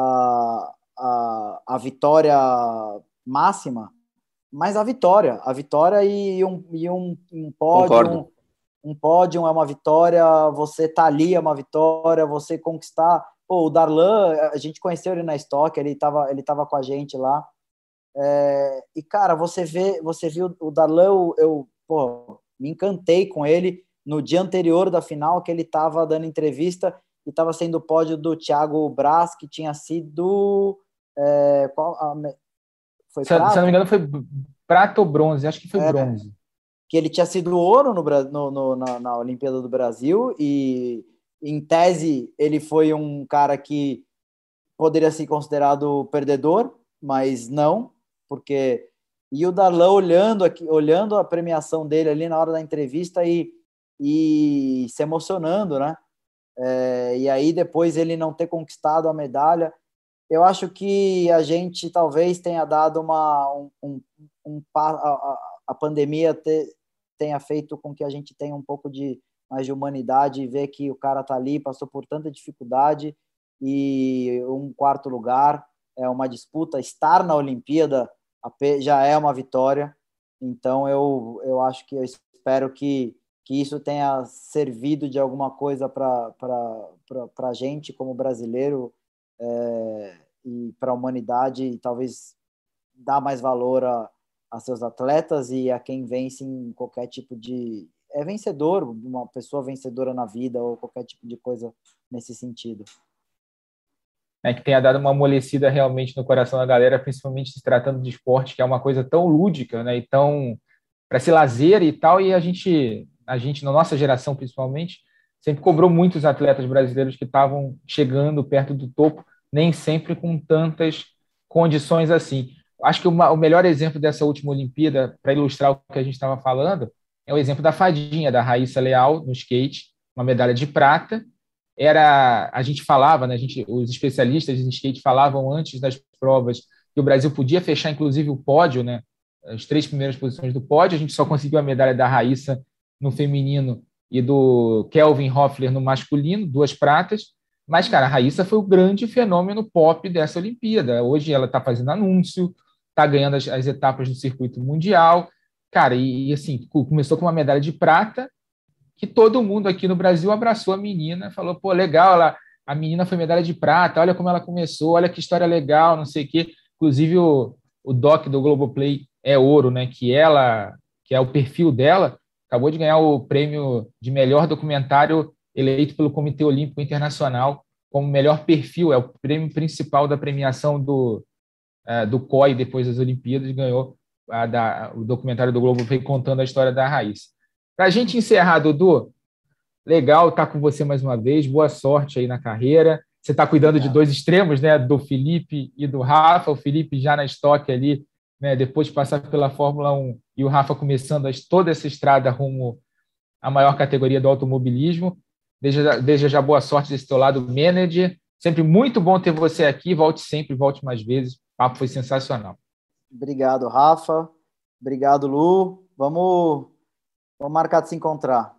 a vitória máxima, mas a vitória e um pódio. Concordo. Um pódio é uma vitória, você tá ali é uma vitória, você conquistar. Pô, o Darlan, a gente conheceu ele na Stock, ele tava com a gente lá. E, cara, você viu o Darlan, eu me encantei com ele no dia anterior da final, que ele estava dando entrevista e estava sendo o pódio do Thiago Braz, que tinha sido... foi se eu não me engano, foi prata ou bronze, acho que foi bronze. Que ele tinha sido ouro na Olimpíada do Brasil, e em tese ele foi um cara que poderia ser considerado perdedor, mas não, porque... E o Darlan olhando a premiação dele ali na hora da entrevista e se emocionando, né? E aí depois ele não ter conquistado a medalha. Eu acho que a gente talvez tenha dado a pandemia tenha feito com que a gente tenha um pouco mais de humanidade e ver que o cara tá ali, passou por tanta dificuldade, e um quarto lugar é uma disputa. Estar na Olimpíada já é uma vitória. Então eu acho que eu espero que isso tenha servido de alguma coisa para a gente como brasileiro, e para a humanidade, e talvez dar mais valor a seus atletas e a quem vence em qualquer tipo de... vencedor, uma pessoa vencedora na vida, ou qualquer tipo de coisa nesse sentido. né, que tenha dado uma amolecida realmente no coração da galera, principalmente se tratando de esporte, que é uma coisa tão lúdica, né, e tão para ser lazer e tal, e a gente, na nossa geração principalmente, sempre cobrou muitos atletas brasileiros que estavam chegando perto do topo, nem sempre com tantas condições assim. Acho que o melhor exemplo dessa última Olimpíada, para ilustrar o que a gente estava falando, é o exemplo da fadinha, da Raíssa Leal, no skate, uma medalha de prata. A gente falava, né, os especialistas em skate falavam antes das provas que o Brasil podia fechar, inclusive, o pódio, né, as 3 primeiras posições do pódio. A gente só conseguiu a medalha da Raíssa no feminino e do Kelvin Hoffler no masculino, 2 pratas. Mas, cara, a Raíssa foi o grande fenômeno pop dessa Olimpíada. Hoje ela está fazendo anúncio, está ganhando as etapas do circuito mundial. Cara, e assim, começou com uma medalha de prata, que todo mundo aqui no Brasil abraçou a menina, falou, pô, legal, a menina foi medalha de prata, olha como ela começou, olha que história legal, não sei o quê. Inclusive, o doc do Globoplay é ouro, né? Que é o perfil dela, acabou de ganhar o prêmio de melhor documentário eleito pelo Comitê Olímpico Internacional como melhor perfil, é o prêmio principal da premiação do COI depois das Olimpíadas, ganhou o documentário do Globoplay contando a história da Raíssa. Para a gente encerrar, Dudu, legal estar com você mais uma vez, boa sorte aí na carreira. Você está cuidando de 2 extremos, né, do Felipe e do Rafa, o Felipe já na estoque ali, né, depois de passar pela Fórmula 1, e o Rafa começando toda essa estrada rumo à maior categoria do automobilismo. Deseja já boa sorte desse teu lado manager. Sempre muito bom ter você aqui. Volte sempre, volte mais vezes. O papo foi sensacional. Obrigado, Rafa. Obrigado, Lu. Vamos marcar de se encontrar.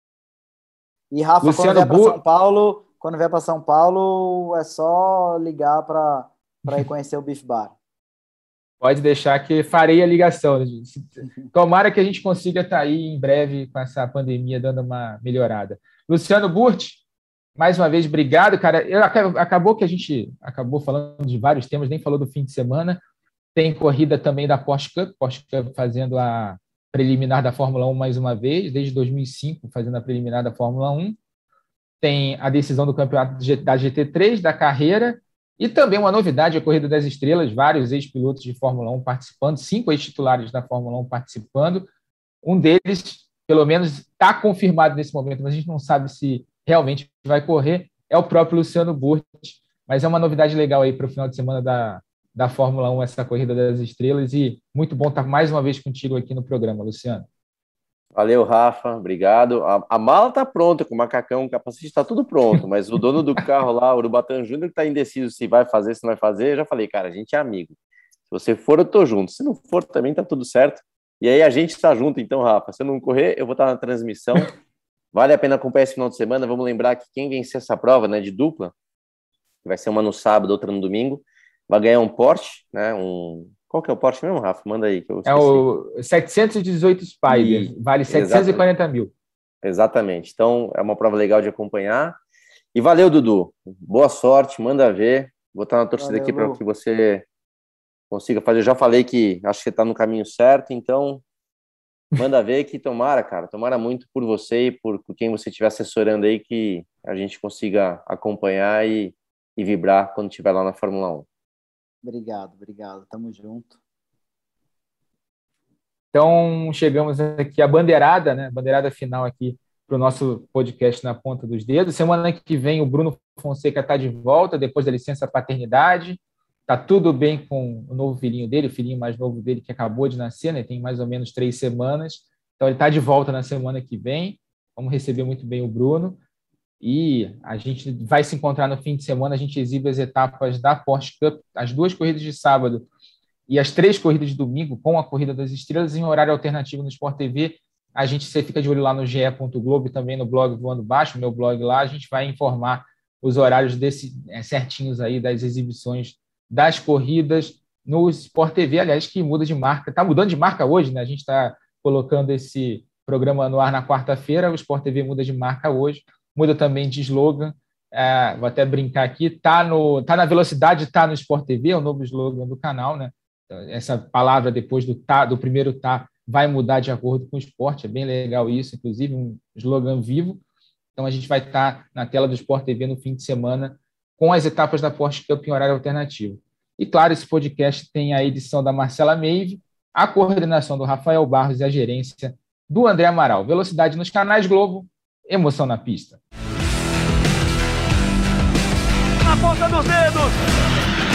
E, Rafa, Luciano quando vier para São Paulo, é só ligar para ir conhecer o Beef Bar. Pode deixar que farei a ligação. Tomara que a gente consiga estar aí em breve com essa pandemia dando uma melhorada. Luciano Burti, mais uma vez, obrigado, cara. Acabou que a gente acabou falando de vários temas, nem falou do fim de semana. Tem corrida também da Porsche Cup fazendo a preliminar da Fórmula 1 mais uma vez, desde 2005 fazendo a preliminar da Fórmula 1. Tem a decisão do campeonato da GT3, da carreira, e também uma novidade, a Corrida das Estrelas, vários ex-pilotos de Fórmula 1 participando, 5 ex-titulares da Fórmula 1 participando. Um deles, pelo menos, está confirmado nesse momento, mas a gente não sabe se realmente vai correr, é o próprio Luciano Burti. Mas é uma novidade legal aí para o final de semana da Fórmula 1, essa Corrida das Estrelas, e muito bom estar mais uma vez contigo aqui no programa, Luciano. Valeu, Rafa, obrigado. A mala está pronta, com o macacão, o capacete está tudo pronto, mas o dono do carro lá, o Urubatã Júnior, que está indeciso se vai fazer, se não vai fazer, eu já falei, cara, a gente é amigo. Se você for, eu tô junto. Se não for, também tá tudo certo. E aí a gente está junto, então, Rafa. Se eu não correr, eu vou estar na transmissão. Vale a pena acompanhar esse final de semana. Vamos lembrar que quem vencer essa prova, né, de dupla, que vai ser uma no sábado, outra no domingo, vai ganhar um Porsche, né, Qual que é o Porsche mesmo, Rafa? Manda aí. Que eu esqueci. É o 718 Spider, vale 740 mil. Exatamente. Então, é uma prova legal de acompanhar. E valeu, Dudu. Boa sorte, manda ver. Vou estar na torcida aqui para que você consiga fazer. Eu já falei que acho que você está no caminho certo, então manda ver que tomara, cara. Tomara muito por você e por quem você estiver assessorando aí, que a gente consiga acompanhar e vibrar quando estiver lá na Fórmula 1. Obrigado. Tamo junto. Então, chegamos aqui à bandeirada, né? Bandeirada final aqui para o nosso podcast Na Ponta dos Dedos. Semana que vem o Bruno Fonseca está de volta, depois da licença paternidade. Está tudo bem com o novo filhinho dele, o filhinho mais novo dele que acabou de nascer, né? Tem mais ou menos 3 semanas. Então, ele está de volta na semana que vem. Vamos receber muito bem o Bruno. E a gente vai se encontrar no fim de semana, a gente exibe as etapas da Porsche Cup, as 2 corridas de sábado e as 3 corridas de domingo, com a Corrida das Estrelas, em horário alternativo no Sport TV. Você fica de olho lá no ge.globo e também no blog Voando Baixo, meu blog lá, a gente vai informar os horários certinhos aí das exibições das corridas no Sport TV, aliás, que muda de marca, está mudando de marca hoje, né? A gente está colocando esse programa no ar na quarta-feira, o Sport TV muda de marca hoje, muda também de slogan, vou até brincar aqui, tá na velocidade, tá no Sport TV, é o novo slogan do canal, né? Essa palavra depois do primeiro tá, vai mudar de acordo com o esporte, é bem legal isso, inclusive um slogan vivo. Então a gente vai estar na tela do Sport TV no fim de semana com as etapas da Porsche Cup em horário alternativo. E, claro, esse podcast tem a edição da Marcela Meive, a coordenação do Rafael Barros e a gerência do André Amaral. Velocidade nos canais Globo, emoção na pista. Na ponta dos dedos!